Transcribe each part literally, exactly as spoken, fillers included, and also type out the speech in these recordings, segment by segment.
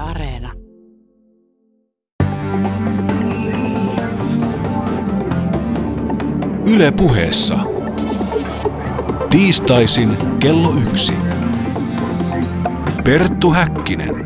Areena. Yle Puheessa. Tiistaisin kello yksi. Perttu Häkkinen.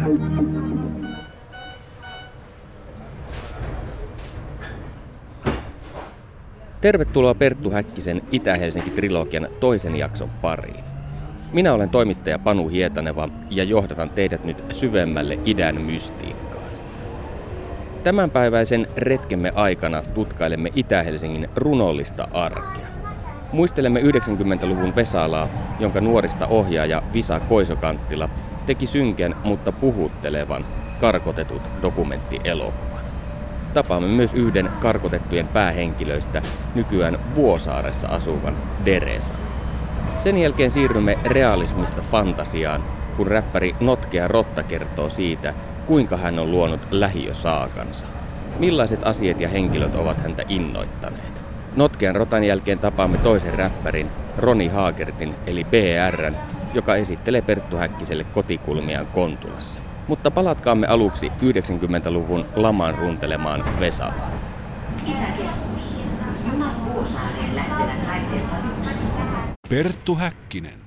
Tervetuloa Perttu Häkkisen Itä-Helsinki-trilogian toisen jakson pariin. Minä olen toimittaja Panu Hietaneva ja johdatan teidät nyt syvemmälle idän mystiikkaan. Tämänpäiväisen retkemme aikana tutkailemme Itä-Helsingin runollista arkea. Muistelemme yhdeksänkymmentäluvun Vesalaa, jonka nuorista ohjaaja Visa Koiso-Kanttila teki synkän, mutta puhuttelevan Karkotetut dokumenttielokuvan. Tapaamme myös yhden karkotettujen päähenkilöistä, nykyään Vuosaaressa asuvan Deresan. Sen jälkeen siirrymme realismista fantasiaan, kun räppäri Notkea Rotta kertoo siitä, kuinka hän on luonut lähiösaakansa. Millaiset asiat ja henkilöt ovat häntä innoittaneet. Notkean Rotan jälkeen tapaamme toisen räppärin, Roni Haagertin eli B R:n, joka esittelee Perttu Häkkiselle kotikulmiaan Kontulassa. Mutta palatkaamme aluksi yhdeksänkymmentäluvun laman runtelemaan Vesalaan. Itäkeskus. Junat Vuosaareen lähtevät raiteilta yksi. Perttu Häkkinen.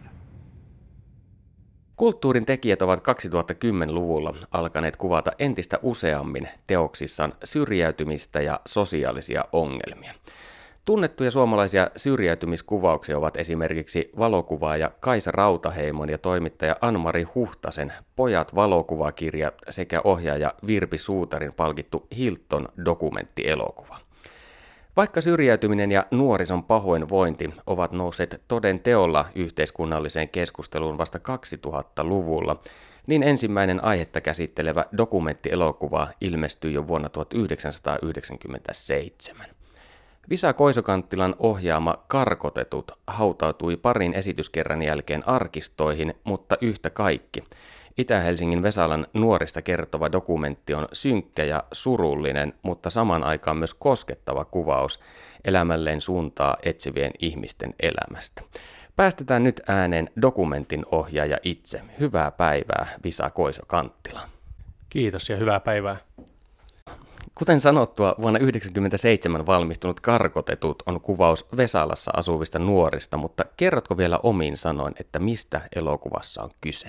Kulttuurin tekijät ovat kaksituhattakymmenluvulla alkaneet kuvata entistä useammin teoksissaan syrjäytymistä ja sosiaalisia ongelmia. Tunnettuja suomalaisia syrjäytymiskuvauksia ovat esimerkiksi valokuvaaja Kaisa Rautaheimon ja toimittaja Ann-Mari Huhtasen Pojat valokuvakirja sekä ohjaaja Virpi Suutarin palkittu Hilton dokumenttielokuva. Vaikka syrjäytyminen ja nuorison pahoinvointi ovat nousseet toden teolla yhteiskunnalliseen keskusteluun vasta kaksituhattaluvulla, niin ensimmäinen aihetta käsittelevä dokumenttielokuva ilmestyi jo vuonna tuhatyhdeksänsataayhdeksänkymmentäseitsemän. Visa Koiso-Kanttilan ohjaama Karkotetut hautautui parin esityskerran jälkeen arkistoihin, mutta yhtä kaikki. Itä-Helsingin Vesalan nuorista kertova dokumentti on synkkä ja surullinen, mutta saman aikaan myös koskettava kuvaus elämälleen suuntaa etsivien ihmisten elämästä. Päästetään nyt ääneen dokumentin ohjaaja itse. Hyvää päivää, Visa Koiso-Kanttila. Kiitos ja hyvää päivää. Kuten sanottua, vuonna yhdeksänkymmentäseitsemän valmistunut Karkotetut on kuvaus Vesalassa asuvista nuorista, mutta kerrotko vielä omin sanoin, että mistä elokuvassa on kyse?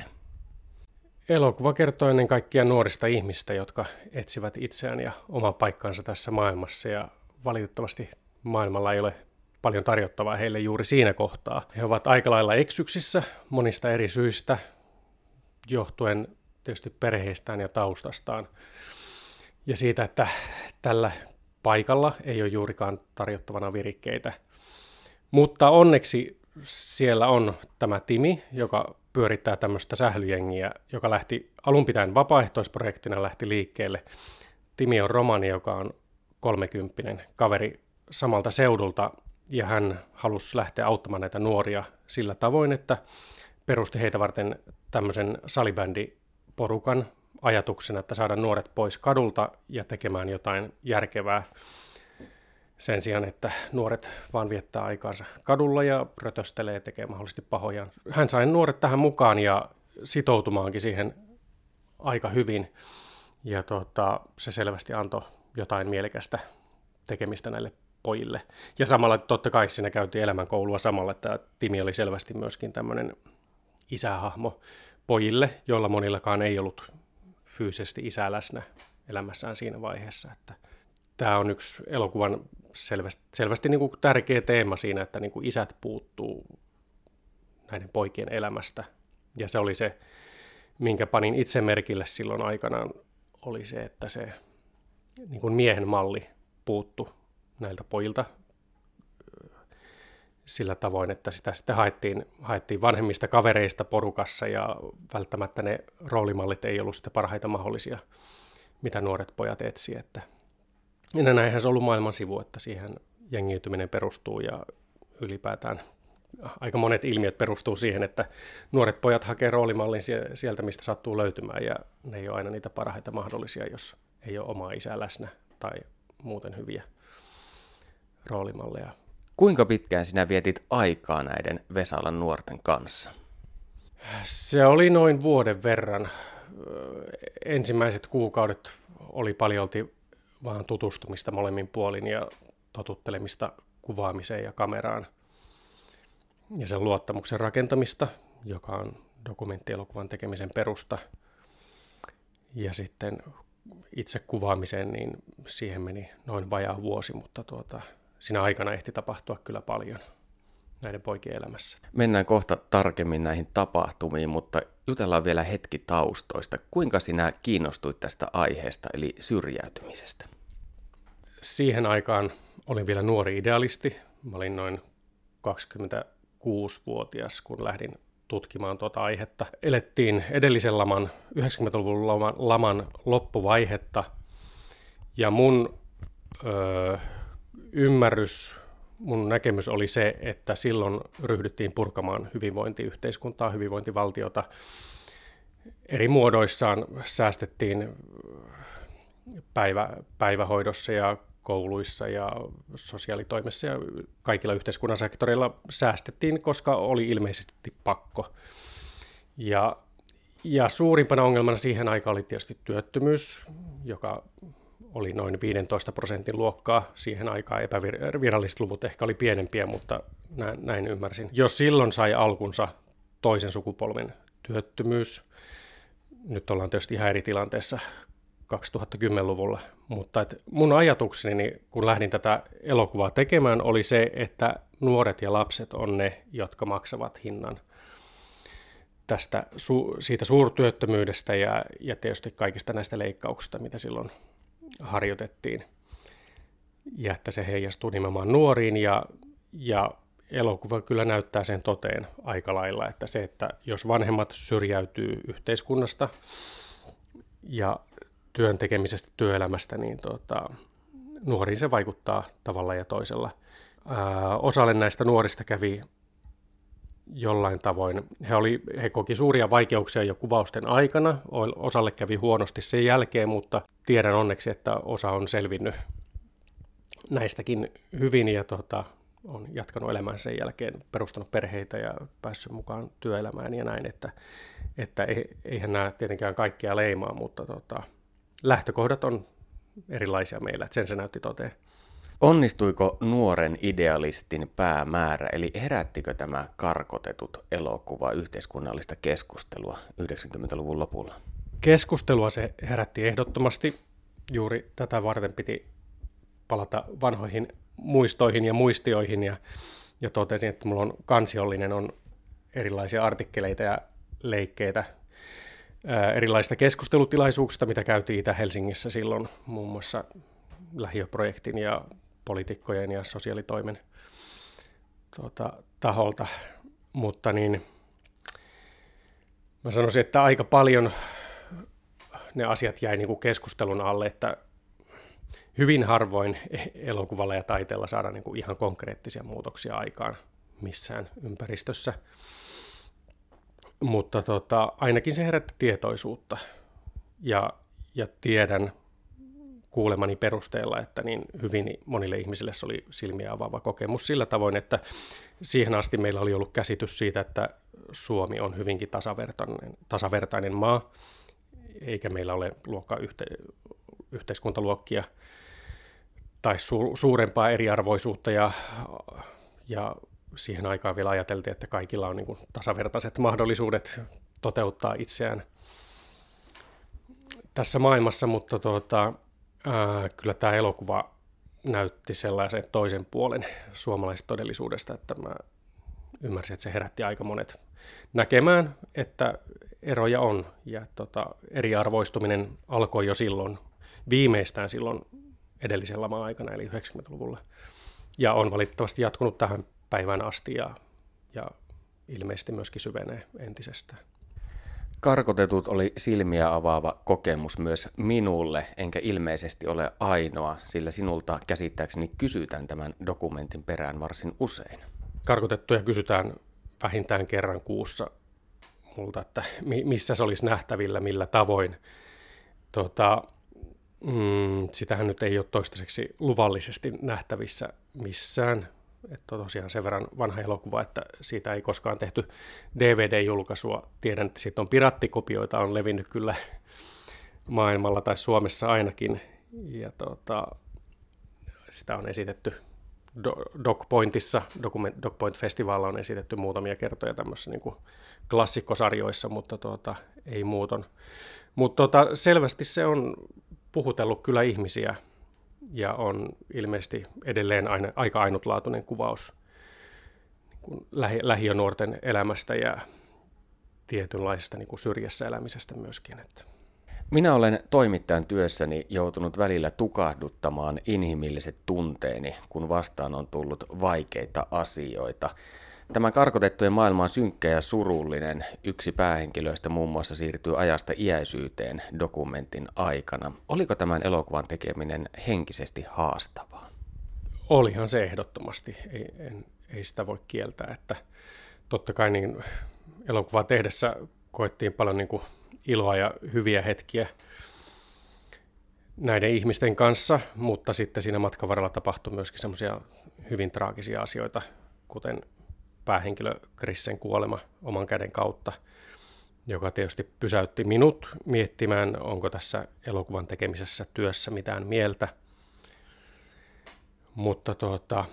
Elokuva kertoo ennen kaikkea nuorista ihmistä, jotka etsivät itseään ja omaa paikkaansa tässä maailmassa, ja valitettavasti maailmalla ei ole paljon tarjottavaa heille juuri siinä kohtaa. He ovat aika lailla eksyksissä monista eri syistä, johtuen tietysti perheistään ja taustastaan, ja siitä, että tällä paikalla ei ole juurikaan tarjottavana virikkeitä. Mutta onneksi siellä on tämä Timi, joka pyörittää tämmöistä sählyjengiä, joka lähti alun pitäen vapaaehtoisprojektina lähti liikkeelle. Timi on romani, joka on kolmekymppinen kaveri samalta seudulta, ja hän halusi lähteä auttamaan näitä nuoria sillä tavoin, että perusti heitä varten tämmöisen salibändiporukan ajatuksena, että saada nuoret pois kadulta ja tekemään jotain järkevää sen sijaan, että nuoret vaan viettää aikaansa kadulla ja rötöstelee ja tekee mahdollisesti pahoja. Hän sai nuoret tähän mukaan ja sitoutumaankin siihen aika hyvin. Ja tota, se selvästi antoi jotain mielekästä tekemistä näille pojille. Ja samalla totta kai siinä käytiin elämänkoulua samalla, että Timi oli selvästi myöskin tämmöinen isähahmo pojille, joilla monillakaan ei ollut fyysisesti isää läsnä elämässään siinä vaiheessa. Että tämä on yksi elokuvan selvästi, selvästi niin kuin tärkeä teema siinä, että niin kuin isät puuttuu näiden poikien elämästä. Ja se oli se, minkä panin itse merkille silloin aikanaan, oli se, että se niin kuin miehen malli puuttu näiltä pojilta sillä tavoin, että sitä sitten haettiin, haettiin vanhemmista kavereista porukassa, ja välttämättä ne roolimallit ei ollut sitten parhaita mahdollisia, mitä nuoret pojat etsivät. Että ja näinhän se on ollut maailman sivu, että siihen jengiytyminen perustuu, ja ylipäätään aika monet ilmiöt perustuu siihen, että nuoret pojat hakee roolimallin sieltä, mistä sattuu löytymään, ja ne ei ole aina niitä parhaita mahdollisia, jos ei ole omaa isää läsnä tai muuten hyviä roolimalleja. Kuinka pitkään sinä vietit aikaa näiden Vesalan nuorten kanssa? Se oli noin vuoden verran. ensimmäiset kuukaudet oli paljolti vaan tutustumista molemmin puolin ja totuttelemista kuvaamiseen ja kameraan ja sen luottamuksen rakentamista, joka on dokumenttielokuvan tekemisen perusta. Ja sitten itse kuvaamiseen, niin siihen meni noin vajaa vuosi, mutta tuota, siinä aikana ehti tapahtua kyllä paljon näiden poikien elämässä. Mennään kohta tarkemmin näihin tapahtumiin, mutta jutellaan vielä hetki taustoista. Kuinka sinä kiinnostuit tästä aiheesta, eli syrjäytymisestä? Siihen aikaan olin vielä nuori idealisti. Mä olin noin kaksikymmentäkuusivuotias, kun lähdin tutkimaan tuota aihetta. Elettiin edellisen laman, yhdeksänkymmentäluvun laman, laman loppuvaihetta, ja mun ö, ymmärrys, mun näkemys oli se, että silloin ryhdyttiin purkamaan hyvinvointiyhteiskuntaa, hyvinvointivaltiota. Eri muodoissaan säästettiin päivä, päivähoidossa ja kouluissa ja sosiaalitoimessa ja kaikilla yhteiskunnan sektoreilla säästettiin, koska oli ilmeisesti pakko. Ja, ja suurimpana ongelmana siihen aikaan oli tietysti työttömyys, joka oli noin viisitoista prosentin luokkaa siihen aikaan. Epäviralliset luvut ehkä oli pienempiä, mutta näin, näin ymmärsin. Jos silloin sai alkunsa toisen sukupolven työttömyys, nyt ollaan tietysti ihan eri tilanteessa kaksituhattakymmenluvulla, mutta et mun ajatukseni, kun lähdin tätä elokuvaa tekemään, oli se, että nuoret ja lapset on ne, jotka maksavat hinnan tästä su- siitä suurtyöttömyydestä ja, ja tietysti kaikista näistä leikkauksista, mitä silloin harjoitettiin. Ja että se heijastuu nimenomaan nuoriin, ja, ja elokuva kyllä näyttää sen toteen aika lailla, että se, että jos vanhemmat syrjäytyy yhteiskunnasta ja työn tekemisestä, työelämästä, niin tota, nuoriin se vaikuttaa tavalla ja toisella. Ää, osalle näistä nuorista kävi jollain tavoin. He, oli, he koki suuria vaikeuksia jo kuvausten aikana, osalle kävi huonosti sen jälkeen, mutta tiedän onneksi, että osa on selvinnyt näistäkin hyvin ja tota, on jatkanut elämänsä sen jälkeen, perustanut perheitä ja päässyt mukaan työelämään ja näin, että, että eihän nämä tietenkään kaikkia leimaa, mutta tota, lähtökohdat on erilaisia meillä, että sen se näytti toteen. Onnistuiko nuoren idealistin päämäärä, eli herättikö tämä Karkotetut elokuva yhteiskunnallista keskustelua yhdeksänkymmentäluvun lopulla? Keskustelua se herätti ehdottomasti. Juuri tätä varten piti palata vanhoihin muistoihin ja muistioihin, ja, ja totesin, että mulla on kansiollinen on erilaisia artikkeleita ja leikkeitä ää, erilaisista keskustelutilaisuuksista, mitä käytiin Itä-Helsingissä silloin, muun muassa lähiöprojektin ja poliitikkojen ja sosiaalitoimen tuota, taholta, mutta niin mä sanoisin, että aika paljon ne asiat jäi niin kuin keskustelun alle, että hyvin harvoin elokuvalla ja taiteella saadaan niin kuin ihan konkreettisia muutoksia aikaan missään ympäristössä, mutta tota, ainakin se herätti tietoisuutta, ja, ja tiedän kuulemani perusteella, että niin hyvin monille ihmisille se oli silmiä avaava kokemus sillä tavoin, että siihen asti meillä oli ollut käsitys siitä, että Suomi on hyvinkin tasavertainen, tasavertainen maa, eikä meillä ole luokka yhte, yhteiskuntaluokkia tai su, suurempaa eriarvoisuutta, ja, ja siihen aikaan vielä ajateltiin, että kaikilla on niin kuin tasavertaiset mahdollisuudet toteuttaa itseään tässä maailmassa, mutta tuota, Ää, kyllä tämä elokuva näytti sellaisen toisen puolen suomalaisesta todellisuudesta, että mä ymmärsin, että se herätti aika monet näkemään, että eroja on, ja tota, eriarvoistuminen alkoi jo silloin, viimeistään silloin edellisen laman aikana, eli yhdeksänkymmentäluvulla, ja on valitettavasti jatkunut tähän päivään asti, ja, ja ilmeisesti myöskin syvenee entisestään. Karkotetut oli silmiä avaava kokemus myös minulle, enkä ilmeisesti ole ainoa, sillä sinulta käsittääkseni kysytään tämän dokumentin perään varsin usein. Karkotettuja kysytään vähintään kerran kuussa multa, että missä se olisi nähtävillä, millä tavoin. Tota, mm, sitähän nyt ei ole toistaiseksi luvallisesti nähtävissä missään. että on tosiaan sen verran vanha elokuva, että siitä ei koskaan tehty D V D-julkaisua. Tiedän, että siitä on pirattikopioita, on levinnyt kyllä maailmalla tai Suomessa ainakin. Ja tota, sitä on esitetty Do- DocPointissa, Document, DocPoint-festivaalilla on esitetty muutamia kertoja tämmöisissä niin kuin klassikkosarjoissa, mutta tuota, ei muuton. Mutta tuota, selvästi se on puhutellut kyllä ihmisiä ja on ilmeisesti edelleen aina, aika ainutlaatuinen kuvaus niin kuin lähi, lähiönuorten elämästä ja tietynlaisesta niin kuin syrjässä elämisestä myöskin. Että. Minä olen toimittajan työssäni joutunut välillä tukahduttamaan inhimilliset tunteeni, kun vastaan on tullut vaikeita asioita. Tämä karkotettujen maailma on synkkä ja surullinen. Yksi päähenkilöistä muun muassa siirtyy ajasta iäisyyteen dokumentin aikana. Oliko tämän elokuvan tekeminen henkisesti haastavaa? Olihan se ehdottomasti. Ei, en, ei sitä voi kieltää. Että totta kai niin elokuvaa tehdessä koettiin paljon niin kuin iloa ja hyviä hetkiä näiden ihmisten kanssa, mutta sitten siinä matkan varrella tapahtui myöskin semmoisia hyvin traagisia asioita, kuten päähenkilö Chrisen kuolema oman käden kautta, joka tietysti pysäytti minut miettimään, onko tässä elokuvan tekemisessä työssä mitään mieltä. Mutta tuota,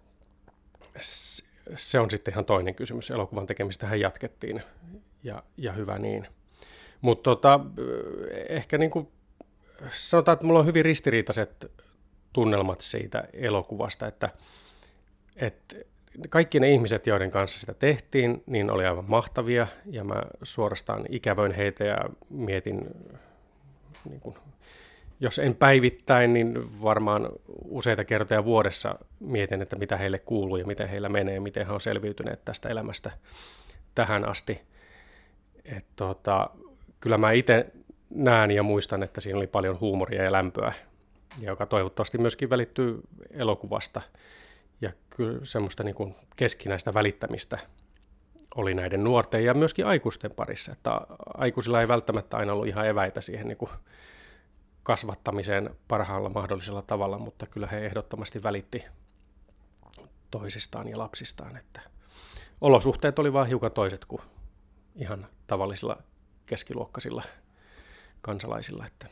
se on sitten ihan toinen kysymys. Elokuvan tekemistähän jatkettiin ja, ja hyvä niin. Mutta tota, ehkä niin kuin sanotaan, että mulla on hyvin ristiriitaiset tunnelmat siitä elokuvasta, että, että kaikki ne ihmiset, joiden kanssa sitä tehtiin, niin oli aivan mahtavia ja mä suorastaan ikävöin heitä ja mietin, niin kuin, jos en päivittäin, niin varmaan useita kertoja vuodessa mietin, että mitä heille kuuluu ja miten heillä menee, miten he on selviytyneet tästä elämästä tähän asti. Et tota, kyllä mä itse näen ja muistan, että siinä oli paljon huumoria ja lämpöä, joka toivottavasti myöskin välittyy elokuvasta. Ja kyllä semmoista niin kuin keskinäistä välittämistä oli näiden nuorten ja myöskin aikuisten parissa. Että aikuisilla ei välttämättä aina ollut ihan eväitä siihen niin kuin kasvattamiseen parhaalla mahdollisella tavalla, mutta kyllä he ehdottomasti välitti toisistaan ja lapsistaan. Että olosuhteet oli vaan hiukan toiset kuin ihan tavallisilla keskiluokkaisilla kansalaisilla. Että.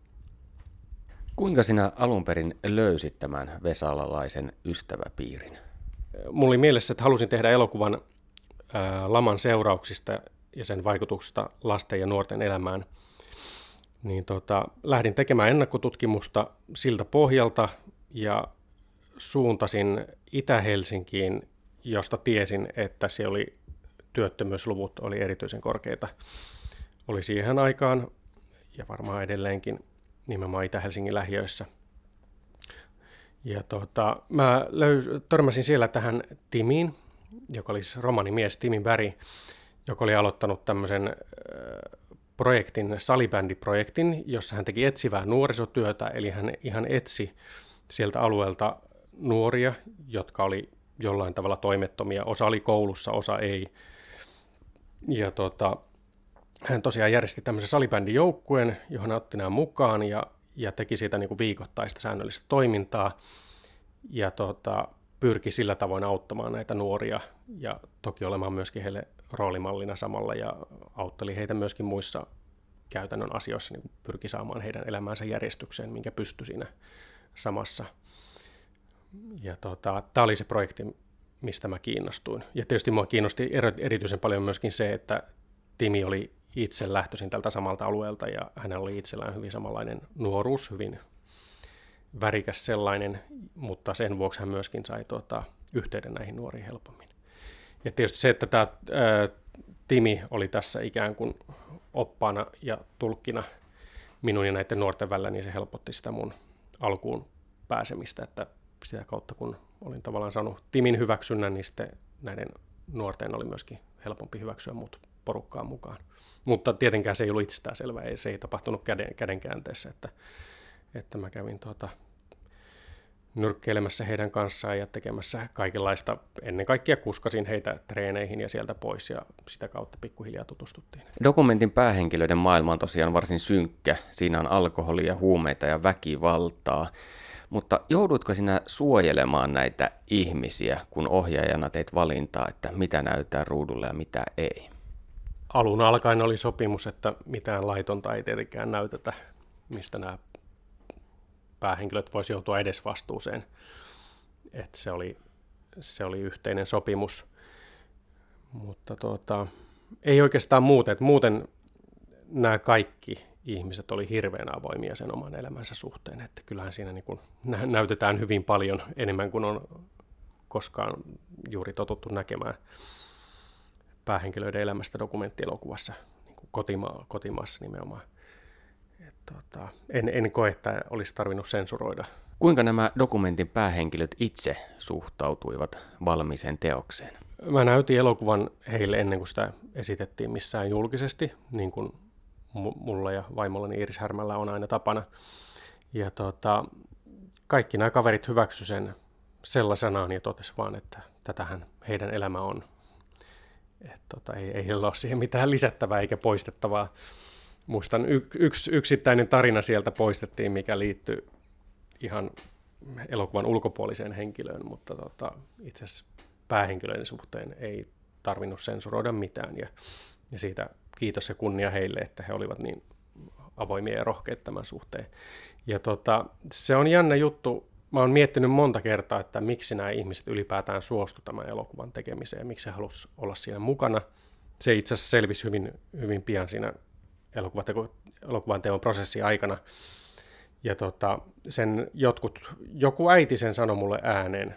Kuinka sinä alun perin löysit tämän vesalalaisen ystäväpiirin? Mulla oli mielessä, että halusin tehdä elokuvan ää, laman seurauksista ja sen vaikutuksista lasten ja nuorten elämään. Niin tota, lähdin tekemään ennakkotutkimusta siltä pohjalta ja suuntasin Itä-Helsinkiin, josta tiesin, että se oli, työttömyysluvut oli erityisen korkeita. Oli siihen aikaan ja varmaan edelleenkin nimenomaan Itä-Helsingin lähiöissä. Ja tota, mä löys, törmäsin siellä tähän Timiin, joka oli romanimies Timi Berg, joka oli aloittanut tämmöisen äh, projektin, salibändiprojektin, jossa hän teki etsivää nuorisotyötä, eli hän ihan etsi sieltä alueelta nuoria, jotka oli jollain tavalla toimettomia. Osa oli koulussa, osa ei. Ja tota, hän tosiaan järjesti tämmöisen salibändijoukkueen, johon hän otti nämä mukaan ja, ja teki siitä niin kuin viikoittaista säännöllistä toimintaa ja tota, pyrki sillä tavoin auttamaan näitä nuoria ja toki olemaan myöskin heille roolimallina samalla ja autteli heitä myöskin muissa käytännön asioissa, niin kuin pyrki saamaan heidän elämäänsä järjestykseen, minkä pystyi siinä samassa. Ja tota, tämä oli se projekti, mistä mä kiinnostuin. Ja tietysti mua kiinnosti erityisen paljon myöskin se, että Timi oli itse lähtöisin tältä samalta alueelta ja hänellä oli itsellään hyvin samanlainen nuoruus, hyvin värikäs sellainen, mutta sen vuoksi hän myöskin sai tuota, yhteyden näihin nuoriin helpommin. Ja tietysti se, että tämä ää, Timi oli tässä ikään kuin oppaana ja tulkkina minun ja näiden nuorten välillä, niin se helpotti sitä mun alkuun pääsemistä, että sitä kautta kun olin tavallaan saanut Timin hyväksynnän, niin sitten näiden nuorten oli myöskin helpompi hyväksyä muut porukkaan mukaan. Mutta tietenkään se ei ollut itsestään selvää, ei, se ei tapahtunut käden, kädenkäänteessä, että, että mä kävin tuota, nyrkkeilemässä heidän kanssaan ja tekemässä kaikenlaista, ennen kaikkea kuskasin heitä treeneihin ja sieltä pois ja sitä kautta pikkuhiljaa tutustuttiin. Dokumentin päähenkilöiden maailma on tosiaan varsin synkkä, siinä on alkoholia, huumeita ja väkivaltaa, Mutta joudutko sinä suojelemaan näitä ihmisiä, kun ohjaajana teit valintaa, että mitä näyttää ruudulle ja mitä ei? Alun alkaen oli sopimus, että mitään laitonta ei tietenkään näytetä, mistä nämä päähenkilöt voisi joutua edesvastuuseen. Että se oli, se oli yhteinen sopimus. Mutta tuota, ei oikeastaan muuten. Että muuten nämä kaikki ihmiset oli hirveän avoimia sen oman elämänsä suhteen. Että kyllähän siinä niin kuin näytetään hyvin paljon enemmän kuin on koskaan juuri totuttu näkemään päähenkilöiden elämästä dokumenttielokuvassa, niin kuin kotima- kotimaassa nimenomaan. Et, tota, en, en koe, että olisi tarvinnut sensuroida. Kuinka nämä dokumentin päähenkilöt itse suhtautuivat valmiiseen teokseen? Mä näytin elokuvan heille ennen kuin sitä esitettiin missään julkisesti, niin kuin mulla ja vaimollani Iiris Härmällä on aina tapana. Ja tota, kaikki nämä kaverit hyväksy sen sellaisenaan ja totesi vaan, että tätähän heidän elämä on. Et tota, ei, ei heillä ole siihen mitään lisättävää eikä poistettavaa. Muistan y- yksi yksittäinen tarina sieltä poistettiin, mikä liittyy ihan elokuvan ulkopuoliseen henkilöön, mutta tota, itse asiassa päähenkilöiden suhteen ei tarvinnut sensuroida mitään. Ja, ja siitä kiitos ja kunnia heille, että he olivat niin avoimia ja rohkeita tämän suhteen. Ja tota, se on jännä juttu. Mä oon miettinyt monta kertaa, että miksi nämä ihmiset ylipäätään suostu tämän elokuvan tekemiseen, miksi he halusivat olla siinä mukana. Se itse asiassa selvisi hyvin, hyvin pian siinä elokuvan teon prosessin aikana. Ja tota, sen jotkut, joku äiti sen sanoi mulle ääneen.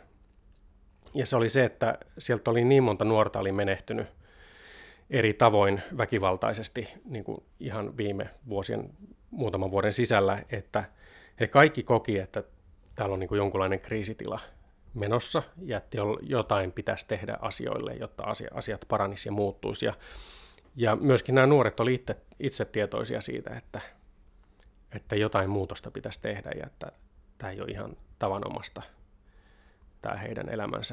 Ja se oli se, että sieltä oli niin monta nuorta oli menehtynyt eri tavoin väkivaltaisesti niin kuin ihan viime vuosien, muutaman vuoden sisällä, että he kaikki koki, että täällä on niin kuin jonkunlainen kriisitila menossa ja että jotain pitäisi tehdä asioille, jotta asiat paranisi ja muuttuisi. Ja, ja myöskin nämä nuoret olivat itse, itse tietoisia siitä, että, että jotain muutosta pitäisi tehdä ja että tämä ei ole ihan tavanomasta, tämä heidän elämänsä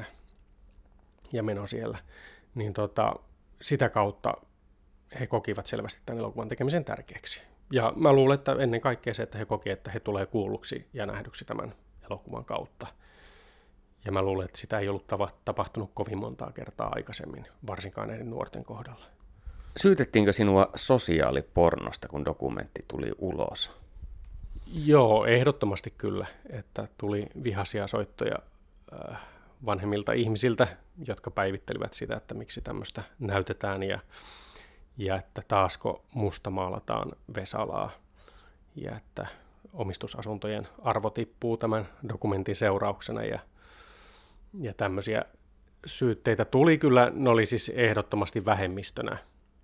ja meno siellä. Niin tota, sitä kautta he kokivat selvästi tämän elokuvan tekemisen tärkeäksi. Ja mä luulen, että ennen kaikkea se, että he koki, että he tulee kuulluksi ja nähdyksi tämän elokuvan kautta. Ja mä luulen, että sitä ei ollut tapahtunut kovin montaa kertaa aikaisemmin, varsinkaan näiden nuorten kohdalla. Syytettiinkö sinua sosiaalipornosta, kun dokumentti tuli ulos? Joo, ehdottomasti kyllä, että tuli vihaisia soittoja vanhemmilta ihmisiltä, jotka päivittelivät sitä, että miksi tämmöistä näytetään ja, ja että taasko mustamaalataan Vesalaa ja että omistusasuntojen arvo tippuu tämän dokumentin seurauksena ja, ja tämmöisiä syytteitä tuli kyllä, ne oli siis ehdottomasti vähemmistönä,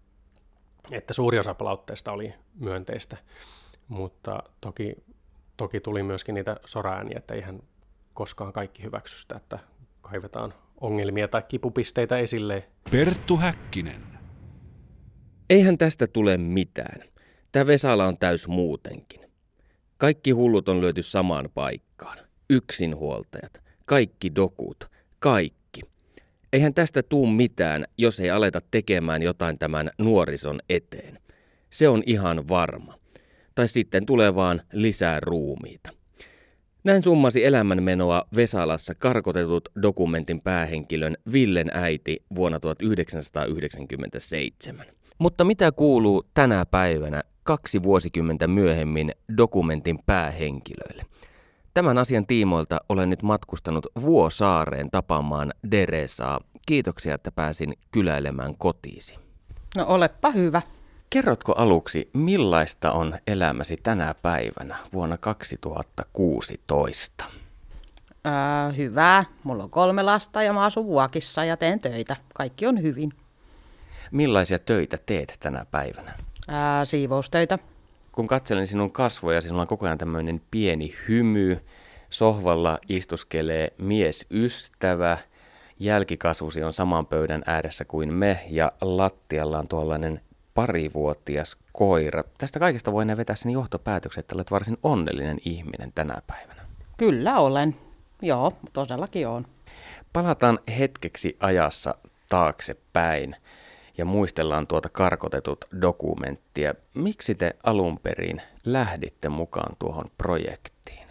että suuri osa palautteesta oli myönteistä, mutta toki, toki tuli myöskin niitä soraääniä, että eihän koskaan kaikki hyväksy sitä, että kaivetaan ongelmia tai kipupisteitä esille. Perttu Häkkinen. Eihän tästä tule mitään. Tämä Vesala on täys muutenkin. Kaikki hullut on lyöty samaan paikkaan. Yksinhuoltajat, kaikki dokut, kaikki. Eihän tästä tuu mitään, jos ei aleta tekemään jotain tämän nuorison eteen. Se on ihan varma. Tai sitten tulee vaan lisää ruumiita. Näin summasi elämänmenoa Vesalassa karkotetut dokumentin päähenkilön Villen äiti vuonna tuhatyhdeksänsataayhdeksänkymmentäseitsemän. Mutta mitä kuuluu tänä päivänä kaksi vuosikymmentä myöhemmin dokumentin päähenkilöille? Tämän asian tiimoilta olen nyt matkustanut Vuosaareen tapaamaan Deresaa. Kiitoksia, että pääsin kyläilemään kotiisi. No olepa hyvä. Kerrotko aluksi, millaista on elämäsi tänä päivänä vuonna kaksituhattakuusitoista? Ää, hyvää. Mulla on kolme lasta ja mä asun Vuokissa ja teen töitä. Kaikki on hyvin. Millaisia töitä teet tänä päivänä? Ää, siivoustöitä. Kun katselen sinun kasvoja, sinulla on koko ajan tämmöinen pieni hymy. Sohvalla istuskelee miesystävä. Jälkikasvusi on saman pöydän ääressä kuin me ja lattialla on tuollainen parivuotias koira. Tästä kaikesta voi vetää sen johtopäätöksen, että olet varsin onnellinen ihminen tänä päivänä. Kyllä olen. Joo, todellakin on. Palataan hetkeksi ajassa taaksepäin ja muistellaan tuota karkotetut dokumenttia. Miksi te alun perin lähditte mukaan tuohon projektiin?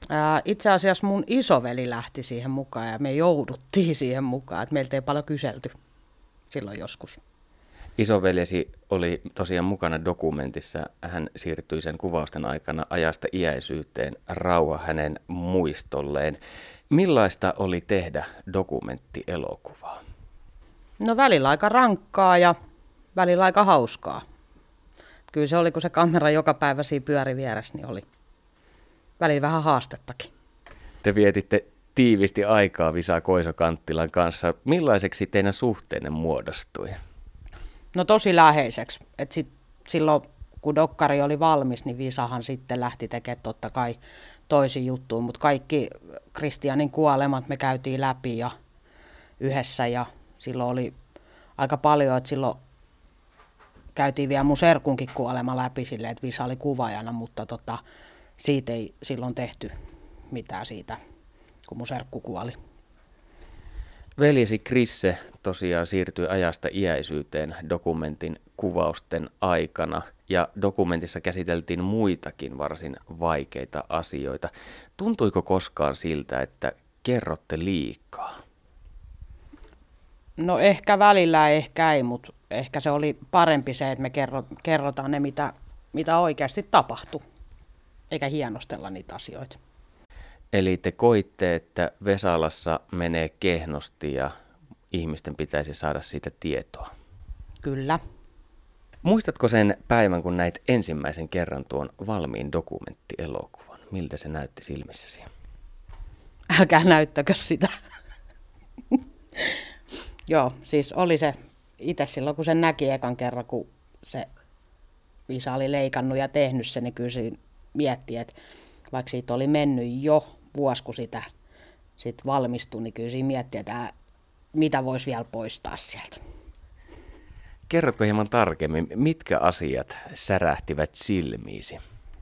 Ää, itse asiassa mun isoveli lähti siihen mukaan ja me jouduttiin siihen mukaan, että meiltä ei paljon kyselty silloin joskus. Isoveljesi oli tosiaan mukana dokumentissa. Hän siirtyi sen kuvausten aikana ajasta iäisyyteen, rauha hänen muistolleen. Millaista oli tehdä dokumenttielokuvaa? No välillä aika rankkaa ja välillä aika hauskaa. Kyllä se oli, kun se kamera joka päivä siinä pyöri vieressä, niin oli välillä vähän haastettakin. Te vietitte tiivisti aikaa Visa Koiso-Kanttilan kanssa. Millaiseksi teidän suhteenne muodostui? No tosi läheiseksi. Et sit, silloin kun dokkari oli valmis, niin Visahan sitten lähti tekemään totta kai toisin juttuun. Mutta kaikki Kristianin kuolemat me käytiin läpi ja yhdessä ja silloin oli aika paljon, että silloin käytiin vielä mun serkunkin kuolema läpi silleen, että Visa oli kuvaajana, mutta tota, siitä ei silloin tehty mitään siitä, kun mun serkku kuoli. Veljesi Krisse tosiaan siirtyi ajasta iäisyyteen dokumentin kuvausten aikana ja dokumentissa käsiteltiin muitakin varsin vaikeita asioita. Tuntuiko koskaan siltä, että kerrotte liikaa? No ehkä välillä, ehkä ei, mutta ehkä se oli parempi se, että me kerro, kerrotaan ne, mitä, mitä oikeasti tapahtui, eikä hienostella niitä asioita. Eli te koitte, että Vesalassa menee kehnosti ja ihmisten pitäisi saada siitä tietoa. Kyllä. Muistatko sen päivän, kun näit ensimmäisen kerran tuon valmiin dokumenttielokuvan? Miltä se näytti silmissäsi? Älkää näyttäkö sitä. Joo, siis oli se itse silloin, kun sen näki ekan kerran, kun se Visa oli leikannut ja tehnyt sen, niin kyllä se mietti, että vaikka siitä oli mennyt jo vuosi, kun sitä sit valmistui, niin kyllä siinä mietti, että ää, mitä voisi vielä poistaa sieltä. Kerrotko hieman tarkemmin, mitkä asiat särähtivät silmiisi?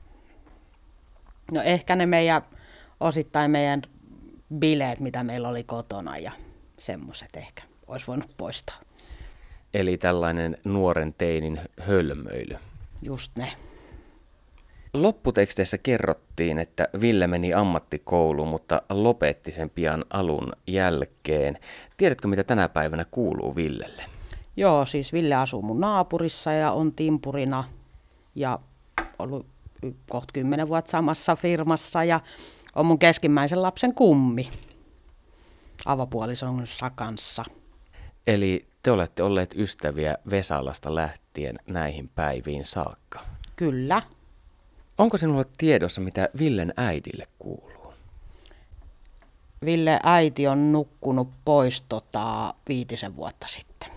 No ehkä ne meidän, osittain meidän bileet, mitä meillä oli kotona ja semmoiset ehkä olisi voinut poistaa. Eli tällainen nuoren teinin hölmöily. Just ne. Lopputeksteissä kerrottiin, että Ville meni ammattikouluun, mutta lopetti sen pian alun jälkeen. Tiedätkö, mitä tänä päivänä kuuluu Villelle? Joo, siis Ville asuu mun naapurissa ja on timpurina ja ollut kohta kymmenen vuotta samassa firmassa ja on mun keskimmäisen lapsen kummi avopuolisonsa kanssa. Eli te olette olleet ystäviä Vesalasta lähtien näihin päiviin saakka. Kyllä. Onko sinulla tiedossa, mitä Villen äidille kuuluu? Ville äiti on nukkunut pois tota, viitisen vuotta sitten.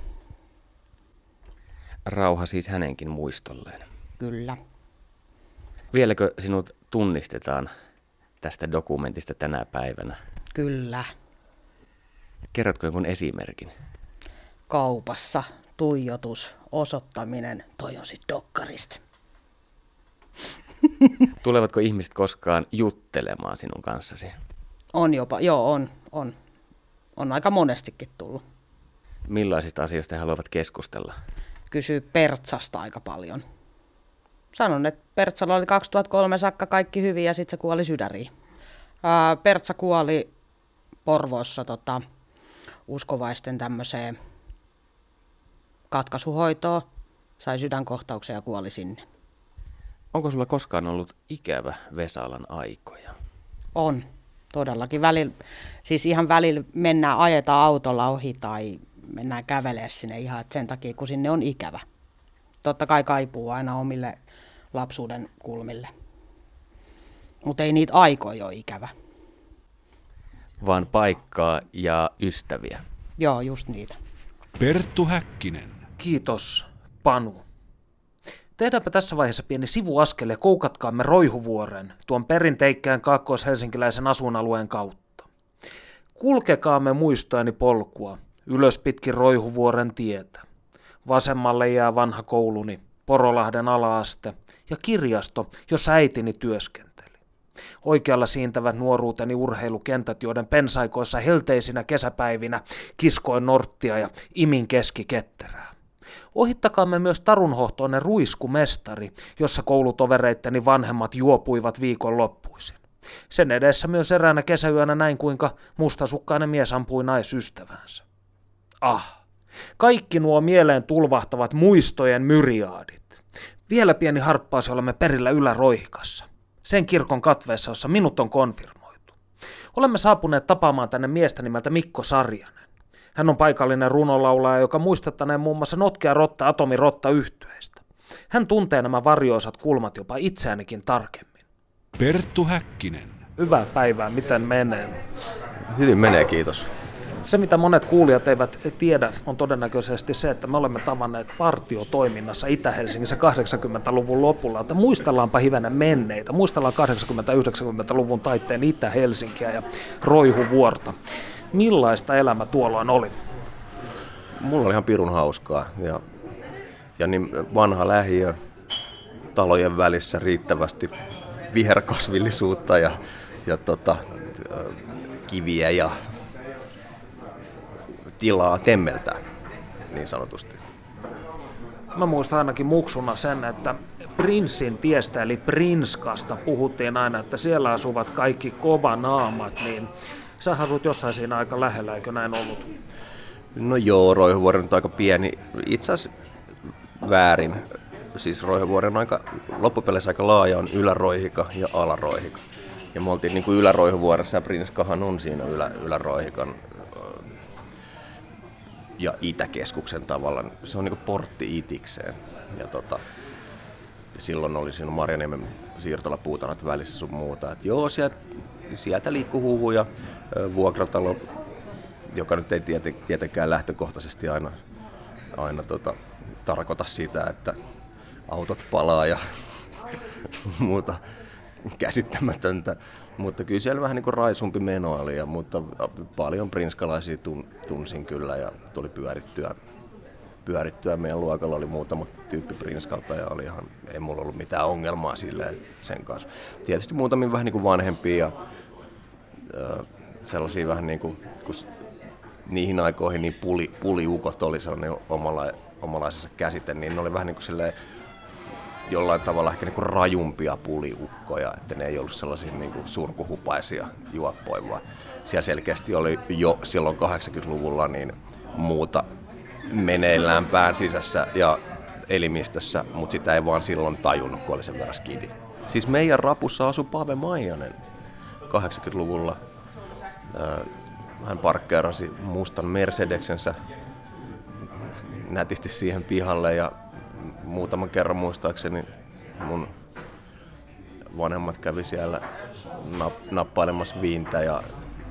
Rauha siis hänenkin muistolleen. Kyllä. Vieläkö sinut tunnistetaan tästä dokumentista tänä päivänä? Kyllä. Kerrotko jonkun esimerkin? Kaupassa, tuijotus, osoittaminen, toi on sit dokkarista. Tulevatko ihmiset koskaan juttelemaan sinun kanssasi? On jopa, joo on, on. On aika monestikin tullut. Millaisista asioista he haluavat keskustella? Kysyy Pertsasta aika paljon. Sanon, että Pertsalla oli kaksituhattakolme saakka kaikki hyvin ja sitten se kuoli sydäriin. Ää, Pertsa kuoli Porvoossa tota, uskovaisten tämmöiseen katkaisuhoitoon, sai sydänkohtauksen ja kuoli sinne. Onko sulla koskaan ollut ikävä Vesalan aikoja? On, todellakin. Välillä, siis ihan välillä mennään, ajetaan autolla ohi tai mennään kävelemään sinne ihan sen takia, kun sinne on ikävä. Totta kai kaipuu aina omille lapsuuden kulmille. Mutta ei niitä aikoja ole ikävä. Vaan paikkaa ja ystäviä. Joo, just niitä. Perttu Häkkinen. Kiitos, Panu. Tehdäänpä tässä vaiheessa pieni sivuaskel ja koukatkaamme Roihuvuoren, tuon perinteikkään kaakkois-helsinkiläisen asuinalueen kautta. Kulkekaamme muistojeni polkua, ylös pitkin Roihuvuoren tietä. Vasemmalle jää vanha kouluni, Porolahden ala-aste ja kirjasto, jossa äitini työskenteli. Oikealla siintävät nuoruuteni urheilukentät, joiden pensaikoissa helteisinä kesäpäivinä kiskoin norttia ja imin keskiketterää. Ohittakaamme myös tarunhohtoinen ruiskumestari, jossa koulutovereitteni vanhemmat juopuivat viikonloppuisin. Sen edessä myös eräänä kesäyönä näin, kuinka mustasukkainen mies ampui naisystävänsä. Ah, kaikki nuo mieleen tulvahtavat muistojen myriaadit. Vielä pieni harppaus, olemme perillä Ylä-Roihikassa. Sen kirkon katveessa, jossa minut on konfirmoitu. Olemme saapuneet tapaamaan tänne miestä nimeltä Mikko Sarjanen. Hän on paikallinen runolaulaja, joka muistettaneen muun muassa Notkea Rotta Atomi Rotta -yhtyeestä. Hän tuntee nämä varjoisat kulmat jopa itseäänikin tarkemmin. Perttu Häkkinen. Hyvää päivää, miten menee? Hyvin menee, kiitos. Se, mitä monet kuulijat eivät tiedä, on todennäköisesti se, että me olemme tavanneet partiotoiminnassa Itä-Helsingissä kahdeksankymmentäluvun lopulla. Että muistellaanpa hivenen menneitä. Muistellaan kahdeksankymmentä-yhdeksänkymmentäluvun taitteen Itä-Helsinkiä ja Roihuvuorta. Millaista elämä tuolloin oli? Mulla oli ihan pirun hauskaa ja, ja niin vanha lähiö, talojen välissä riittävästi viherkasvillisuutta ja, ja tota, kiviä ja tilaa temmeltää, niin sanotusti. Mä muistan ainakin muksuna sen, että Prinssin tiestä eli Prinskasta puhuttiin aina, että siellä asuvat kaikki kovanaamat, niin sä asut jossain siinä aika lähellä, eikö näin ollut? No joo, Roihuvuori on aika pieni. Itse asiassa väärin. Siis Roihuvuori on aika, loppupeleissä aika laaja, on Ylä-Roihika ja Ala-Roihika. Ja me oltiin niin kuin Ylä-Roihuvuoressa ja Prinskahan on siinä Ylä, Ylä-Roihikan ja Itäkeskuksen tavalla. Se on niin kuin portti itikseen. Ja tota, silloin oli siinä Marjaniemen siirtolapuutarhat välissä sun muuta. Et joo, sieltä, sieltä liikkuu huhuja, vuokratalo, joka nyt ei tietenkään lähtökohtaisesti aina, aina tota, tarkoita sitä, että autot palaa ja muuta käsittämätöntä. Mutta kyllä siellä vähän niin kuin raisumpi meno oli, ja, mutta paljon prinskalaisia tun, tunsin kyllä ja tuli pyörittyä. pyörittyä. Meidän luokalla oli muutama tyyppi prinskalta ja oli ihan, ei mulla ollut mitään ongelmaa silleen sen kanssa. Tietysti muutamia vähän niin kuin vanhempia ja äh, sellaisia vähän niin kuin, kun niihin aikoihin niin puli, puliukot oli sellainen omala, omalaisensa käsite, niin ne oli vähän niin kuin silleen jollain tavalla ehkä niin kuin rajumpia puliukkoja, että ne ei ollut sellaisia niin kuin surkuhupaisia juoppoja, vaan siellä selkeästi oli jo silloin kahdeksankymmentäluvulla niin muuta meneillään pään sisässä ja elimistössä, mutta sitä ei vaan silloin tajunnut, kun oli sen verran skidi. Siis meidän rapussa asui Pave Maijanen kahdeksankymmentäluvulla. Hän parkkeerasi mustan Mercedeksensä nätisti siihen pihalle ja muutaman kerran muistaakseni mun vanhemmat kävi siellä nappailemassa viintä. Ja,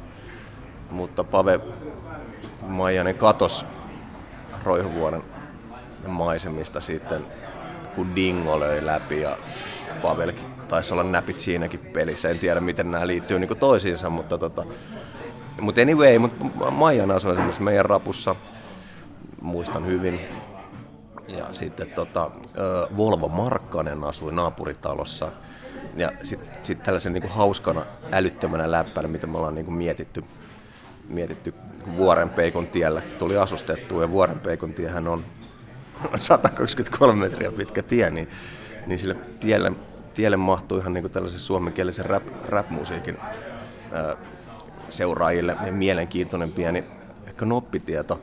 mutta Pave Maijanen katosi Roihuvuoren maisemista sitten, kun Dingo löi läpi ja Pavelkin taisi olla näpit siinäkin pelissä. En tiedä, miten nämä liittyy niin kuin toisiinsa, mutta tota, mutta anyway, mutta Maijan asui esimerkiksi meidän rapussa, muistan hyvin. Ja sitten tota, Volvo Markkanen asui naapuritalossa. Ja sitten sit tällaisen niin kuin hauskana, älyttömänä läppänä, mitä me ollaan niin kuin mietitty, mietitty Vuorenpeikon tiellä, tuli asustettua ja Vuorenpeikon tiehän on sata kaksikymmentäkolme metriä pitkä tie, niin, niin sille tielle, tielle mahtuu ihan niin kuin tällaisen suomenkielisen rap, rap-musiikin ää, seuraajille ja mielenkiintoinen pieni ehkä noppitieto.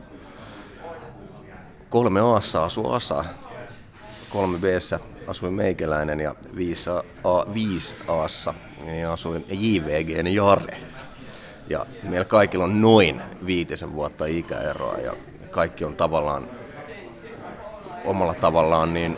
Kolme A:ssa asui Asa, kolme B:ssä asui meikäläinen ja viisi A:ssa niin asui J V G:n Jare. Ja meillä kaikilla on noin viitisen vuotta ikäeroa ja kaikki on tavallaan omalla tavallaan niin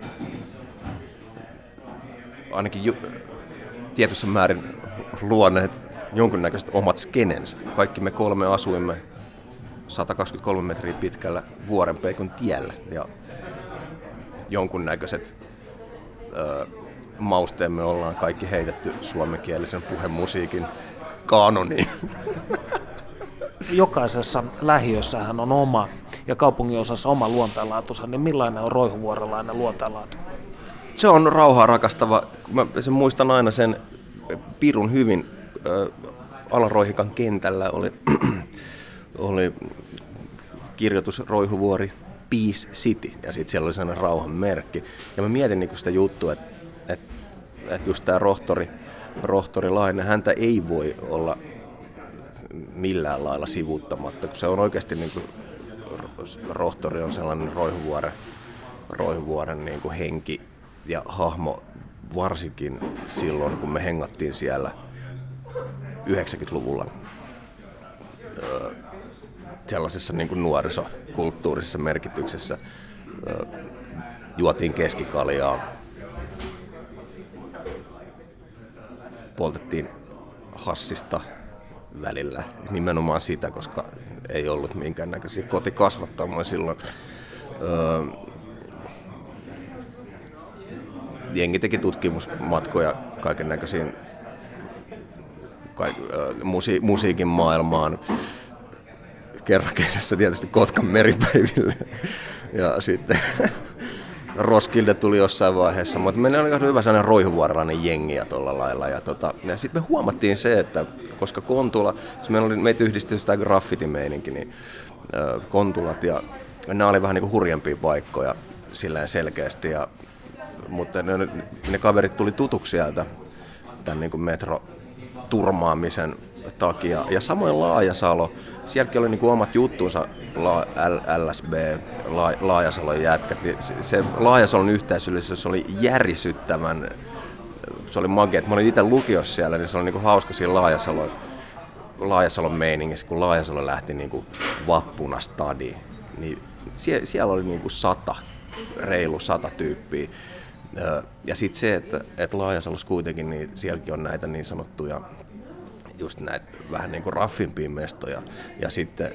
ainakin ju- tietyssä määrin luoneet jonkunnäköiset omat skenensä. Kaikki me kolme asuimme sata kaksikymmentäkolme metriä pitkällä Vuorenpeikon tiellä ja jonkunnäköiset ö, mausteemme ollaan kaikki heitetty suomenkielisen puhemusiikin kaanoniin. Jokaisessa lähiössähän on oma ja kaupungin osassa oma luonteenlaatunsa, niin millainen on roihuvuorelainen luonteenlaatu? Se on rauhaa rakastava. Mä sen muistan aina sen pirun hyvin. Ala-Roihikan kentällä oli, oli kirjoitus Roihuvuori Peace City ja sitten siellä oli sellainen rauhan merkki. Ja mä mietin niinku sitä juttua, että et, et just tää rohtori rohtorilainen, häntä ei voi olla millään lailla sivuuttamatta, kun se on oikeasti niin kuin, rohtori on sellainen Roihuvuoren, Roihuvuoren niin kuin henki ja hahmo, varsinkin silloin, kun me hengattiin siellä yhdeksänkymmentäluvulla öö, sellaisessa niin kuin nuorisokulttuurisessa merkityksessä. Öö, juotiin keskikaljaa, poltettiin hassista välillä, nimenomaan sitä, koska ei ollut minkäännäköisiä kotikasvattamoja silloin. Öö, jengi teki tutkimusmatkoja kaiken näköisiin kaik, öö, musi, musiikin maailmaan. Kerran kesässä tietysti Kotkan meripäiville. Ja sitten Roskilde tuli jossain vaiheessa, mutta meillä oli hyvä sellainen roihuvuorelainen jengi ja tuolla lailla. Ja, tota, ja sitten me huomattiin se, että koska Kontula, meillä oli, meitä yhdisti sitä graffitimeininki, niin äh, Kontulat ja nämä oli vähän niin kuin hurjempia paikkoja silleen selkeästi. Ja, mutta ne, ne kaverit tuli tutuksi sieltä tämän niin kuin metroturmaamisen takia. Ja samoin Laajasalo, sielläkin oli niin kuin omat juttunsa, L S B, Laajasalon jätkät. Se Laajasalon yhteisöllisyys oli järisyttävän, se oli magia. Mä olin itse lukiossa siellä, niin se oli niin kuin hauska siinä Laajasalon, Laajasalon meiningissä, kun Laajasalo lähti niin kuin vappuna stadiin. Niin sie, siellä oli niin kuin sata, reilu sata tyyppiä. Ja sitten se, että, että Laajasalossa kuitenkin, niin sielläkin on näitä niin sanottuja just näitä vähän niin kuin raffimpia mestoja ja sitten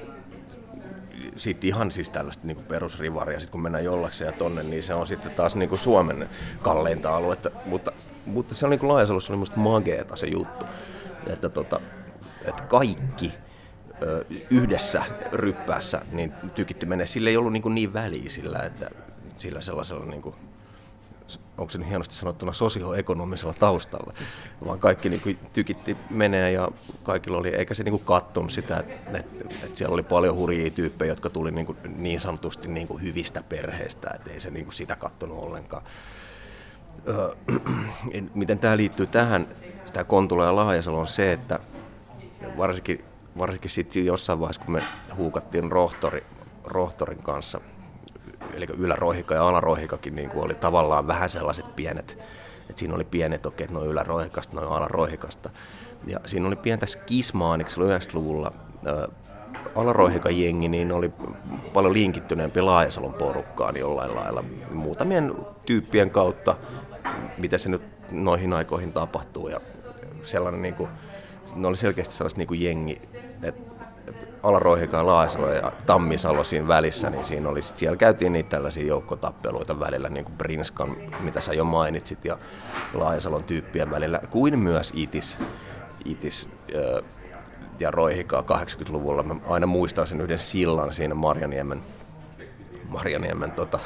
sit ihan siis tällaista niin kuin perusrivaria. Sitten kun mennään jollakseen ja tonne, niin se on sitten taas niin kuin Suomen kalleinta aluetta. Mutta, mutta se on niin kuin Laajasalossa oli musta mageeta se juttu, että, tota, että kaikki ö, yhdessä ryppäässä niin tykitti menee. Sillä ei ollut niin, kuin niin väliä sillä, että sillä sellaisella niin kuin, onko se nyt hienosti sanottuna sosioekonomisella taustalla, vaan kaikki niin kuin tykitti menee ja kaikilla oli, eikä se niin kuin kattonut sitä, että, että, että siellä oli paljon hurjia tyyppejä, jotka tuli niin, kuin niin sanotusti niin kuin hyvistä perheistä, että ei se niin kuin sitä kattonut ollenkaan. Öö, miten tämä liittyy tähän, sitä Kontula ja Laajasalo on se, että varsinkin, varsinkin sitten jossain vaiheessa, kun me huukattiin rohtori, rohtorin kanssa, eli yläroihika ja alaroihikakin niin kuin oli tavallaan vähän sellaiset pienet, että siinä oli pienet okei, että noin yläroihikasta, noin alaroihikasta. Ja siinä oli pientä skismaa, niin silloin yhdeksänkymmentäluvulla ää, alaroihikan jengi niin oli paljon linkittyneempi Laajasalon porukkaan jollain lailla muutamien tyyppien kautta, mitä se nyt noihin aikoihin tapahtuu. Ja sellainen, niin kuin, ne oli selkeästi sellaista niin kuin jengi, että Alaroihika ja Laajasalo ja Tammisalo siinä välissä, niin siinä oli sit, siellä käytiin niitä tällaisia joukkotappeluita välillä, niin kuin Prinskan, mitä sä jo mainitsit, ja Laajasalon tyyppien välillä, kuin myös Itis, Itis ää, ja Roihikaa kahdeksankymmentäluvulla. Mä aina muistan sen yhden sillan siinä Marjaniemen, Marjaniemen, tota,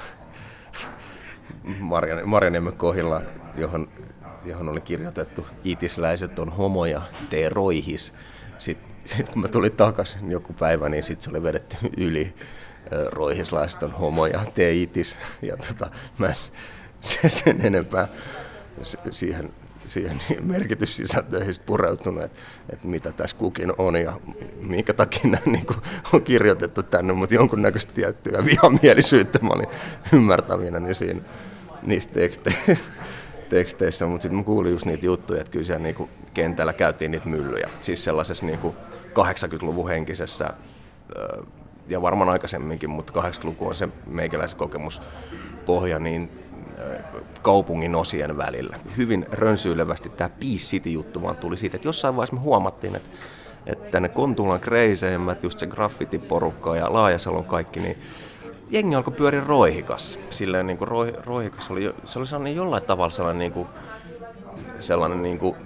Marjan, Marjaniemen kohdilla, johon, johon oli kirjoitettu Itisläiset on homoja, tee roihis. Sitten Sitten kun mä tulin takaisin joku päivä, niin sitten se oli vedetty yli roihislaiset on homoja, tee itis. Ja tota, mä en sen enempää siihen, siihen merkityssisältöihin pureutunut, että, että mitä tässä kukin on ja minkä takia nämä niin kuin on kirjoitettu tänne, mutta jonkunnäköistä tiettyä vihamielisyyttä mä olin ymmärtävinä niin siinä, niistä teksteissä. teksteissä, mutta sitten mä kuulin just niitä juttuja, että kyllä siellä niinku kentällä käytiin niitä myllyjä. Siis sellaisessa niinku kahdeksankymmentäluvun henkisessä, ja varmaan aikaisemminkin, mutta kahdeksankymmentäluku on se meikäläisen kokemuspohja, niin kaupungin osien välillä. Hyvin rönsyilevästi tämä Peace City-juttu vaan tuli siitä, että jossain vaiheessa me huomattiin, että, että ne Kontulan kreiseimmät, just se graffitiporukka ja Laajasalon kaikki, niin jengi alkoi pyöriä Roihikassa. Silleen niin kuin Roihikassa oli, se oli sellainen jollain tavalla sellainen, niin kuin, sellainen niin kuin,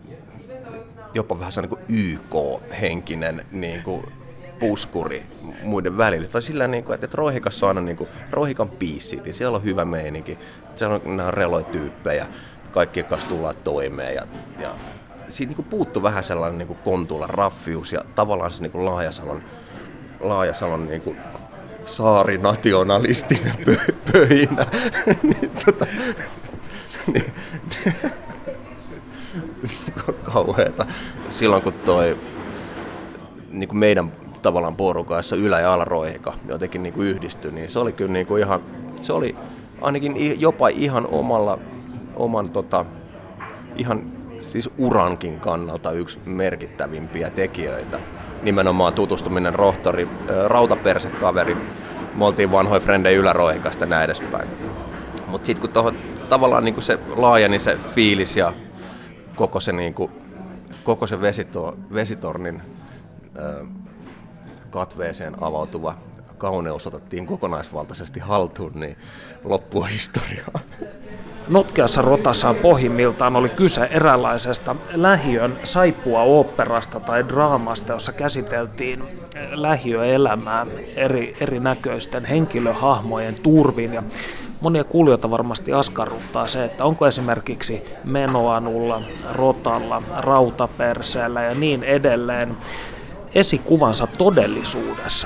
jopa vähän sellainen niin Y K-henkinen niin kuin puskuri muiden välillä. Tai sillä niin kuin, että Roihikassa on aina niin kuin, Roihikan Peace City, siellä on hyvä meininki, siellä on nämä reloityyppejä, kaikkien kanssa tullaan toimeen. Ja, ja siitä niin kuin puuttui vähän sellainen niin kuin Kontulan raffius ja tavallaan se niin kuin Laajasalon, Laajasalon niin kuin saarinationalistinen pö- pöhinä. niin, tota, niin, kauheata. Silloin kun toi niin kuin meidän tavallaan porukassa ylä- ja alaroihika jotenkin niin kuin yhdistyi, niin se oli kyllä niin kuin ihan, se oli ainakin jopa ihan omalla, oman tota, ihan siis urankin kannalta yksi merkittävimpiä tekijöitä. Nimenomaan tutustuminen rohtori, rautapersekaveri, me oltiin vanhoja frendejä yläroihikasta ja näin edespäin. Mutta sitten kun tohon, tavallaan niin kuin se laajeni se fiilis ja koko se, niin kuin, koko se vesito, vesitornin ö, katveeseen avautuva kauneus otettiin kokonaisvaltaisesti haltuun, niin loppua historiaa. Notkeassa rotassaan pohjimmiltaan oli kyse eräänlaisesta lähiön saippua-oopperasta tai draamasta, jossa käsiteltiin lähiöelämää eri, erinäköisten henkilöhahmojen turvin. Ja monia kuulijoita varmasti askarruttaa se, että onko esimerkiksi Menoanulla, Rotalla, Rautaperseellä ja niin edelleen esikuvansa todellisuudessa.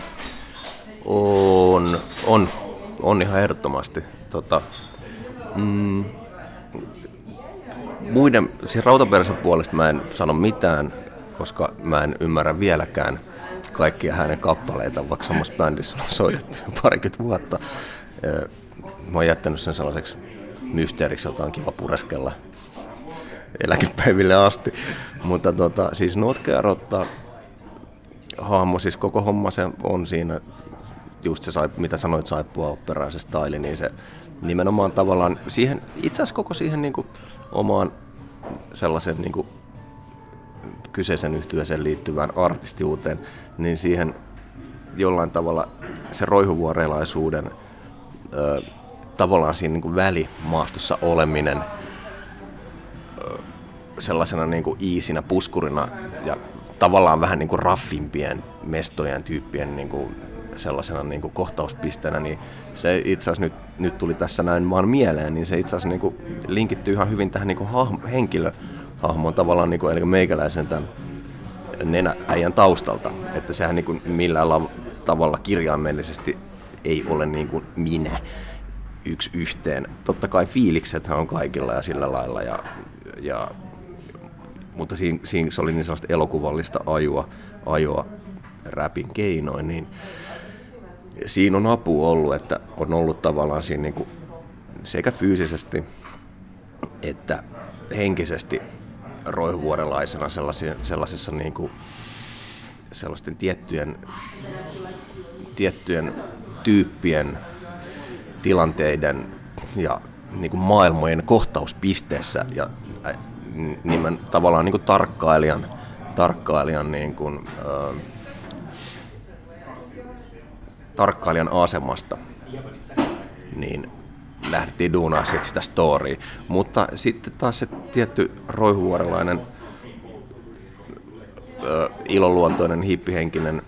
On, on, on ihan ehdottomasti. Tota, mm, muiden, siis Rautapersen puolesta mä en sano mitään, koska mä en ymmärrä vieläkään kaikkia hänen kappaleita, vaikka samassa bändissä on soitettu parikymmentä vuotta. Mä oon jättänyt sen sellaiseksi mysteeriksi, jota on kiva pureskella eläkepäiville asti. Mutta tota, siis Notkea Rotta hahmo, siis koko homma se on siinä, just se, mitä sanoit, saippua oopperaa, se staili, niin se nimenomaan tavallaan siihen, itse asiassa koko siihen niin kuin omaan sellaisen niin kuin kyseisen yhtyeeseen liittyvään artistiuteen, niin siihen jollain tavalla se roihuvuorelaisuuden ö, tavallaan siinä niin kuin välimaastossa oleminen ö, sellaisena niin kuin iisinä puskurina ja tavallaan vähän niin kuin raffimpien mestojen tyyppien niin kuin sellaisena niin kuin kohtauspisteenä, niin se itse asiassa nyt, nyt tuli tässä näin vaan mieleen, niin se itse asiassa niin kuin linkittyy ihan hyvin tähän niin kuin hahmo, henkilöhahmoon tavallaan, niin kuin, eli meikäläisen tämän nenääijän taustalta, että sehän niin kuin millään la- tavalla kirjaimellisesti ei ole niin kuin minä yksi yhteen. Totta kai fiiliksethän on kaikilla ja sillä lailla, ja, ja, mutta siinä, siinä se oli niin sellaista elokuvallista ajoa, ajoa räpin keinoin, niin siinä on apu ollut, että on ollut tavallaan siinä niin kuin sekä fyysisesti että henkisesti roihuvuorelaisena sellaisessa niin kuin sellaisten tiettyjen, tiettyjen tyyppien, tilanteiden ja niin kuin maailmojen kohtauspisteessä ja nimen tavallaan niin kuin tarkkailijan, tarkkailijan niin kuin, äh, tarkkailijan asemasta, niin lähdettiin duunaa sitten sitä storya. Mutta sitten taas se tietty roihuvuorelainen, ö, iloluontoinen, hippihenkinen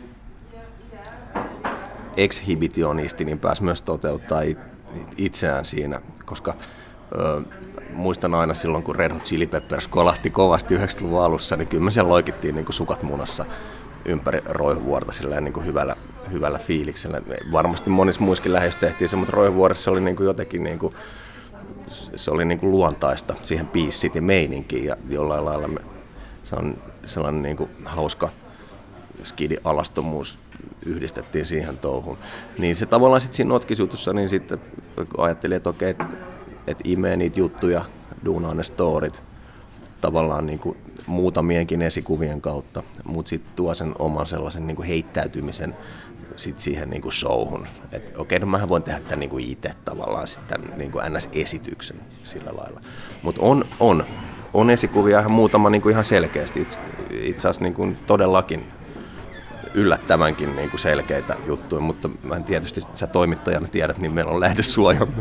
exhibitionisti niin pääsi myös toteuttaa it, itseään siinä, koska ö, muistan aina silloin, kun Red Hot Chili Peppers kolahti kovasti yhdeksänkymmentäluvun alussa, niin kyllä me siellä loikittiin niin kuin sukat munassa ympäri roihuvuorta silleen, niin kuin hyvällä, hyvällä fiiliksellä. Varmasti monissa muissakin lähes tehtiin se, mutta roihuvuoressa se oli niin kuin jotenkin niin kuin, se oli niin kuin luontaista siihen Peace City meininkiin ja jollain lailla me, se on sellainen niin kuin hauska skidi-alastomuus yhdistettiin siihen touhuun. Niin se tavallaan sitten siinä Notkis-jutussa niin sitten ajattelin, että okei, että et imee niitä juttuja, duunaa ne storit tavallaan niin kuin muutamienkin esikuvien kautta, mutta sitten tuo sen oman sellaisen niin kuin heittäytymisen sit siihen niin kuin showhun. Että okei, no mähän voin tehdä tämän niin kuin itse tavallaan sitten niin kuin N S-esityksen sillä lailla. Mutta on, on, on esikuvia ihan muutama niin kuin ihan selkeästi, itse, itse asiassa niin kuin todellakin yllättävänkin niin kuin selkeitä juttuja, mutta mä en tietysti, sä toimittajana tiedät, niin meillä on lähdesuojamme.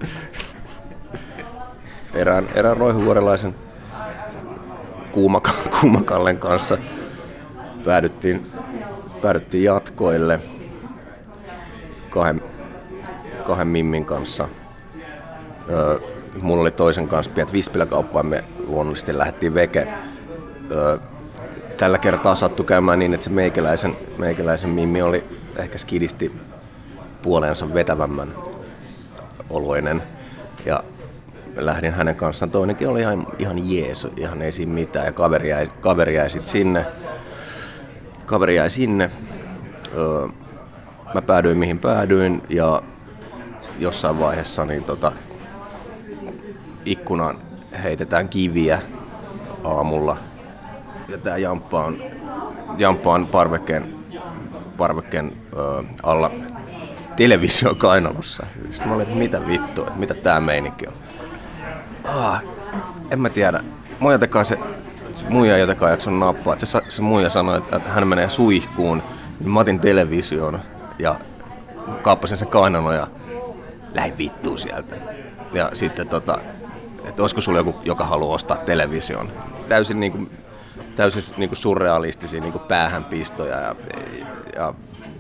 Erään, erään roihuvuorelaisen Kuumakallen kanssa päädyttiin, päädyttiin jatkoille kahden, kahden mimmin kanssa. Öö, mulla oli toisen kanssa pienet vispiläkauppaan, me luonnollisesti lähdettiin veke. Öö, tällä kertaa sattui käymään niin, että se meikäläisen, meikäläisen mimmi oli ehkä skidisti puoleensa vetävämmän oloinen. Ja lähdin hänen kanssaan. Toinenkin oli ihan, ihan jees, ihan ei siinä mitään. Ja kaveri jäi, kaveri jäi sitten sinne. Kaveri jäi sinne. Öö, mä päädyin mihin päädyin ja jossain vaiheessa niin tota, ikkunaan heitetään kiviä aamulla. Ja tää jamppa on, jamppa on parvekkeen, parvekkeen öö, alla television kainalossa. Sitten mä olin, että mitä vittua, että mitä tää meininki on. Ah, en mä tiedä. Mun jotenkaan se, se muija ei jotenkaan jakson nappaa. Se, se muija sanoi, että hän menee suihkuun. Niin mä otin television ja kaappasin sen kainalon ja lähdin vittuun sieltä. Ja sitten tota, että olisiko sulla joku, joka haluaa ostaa television. Täysin niinku, täysin niinku surrealistisia niinku päähänpistoja ja, ja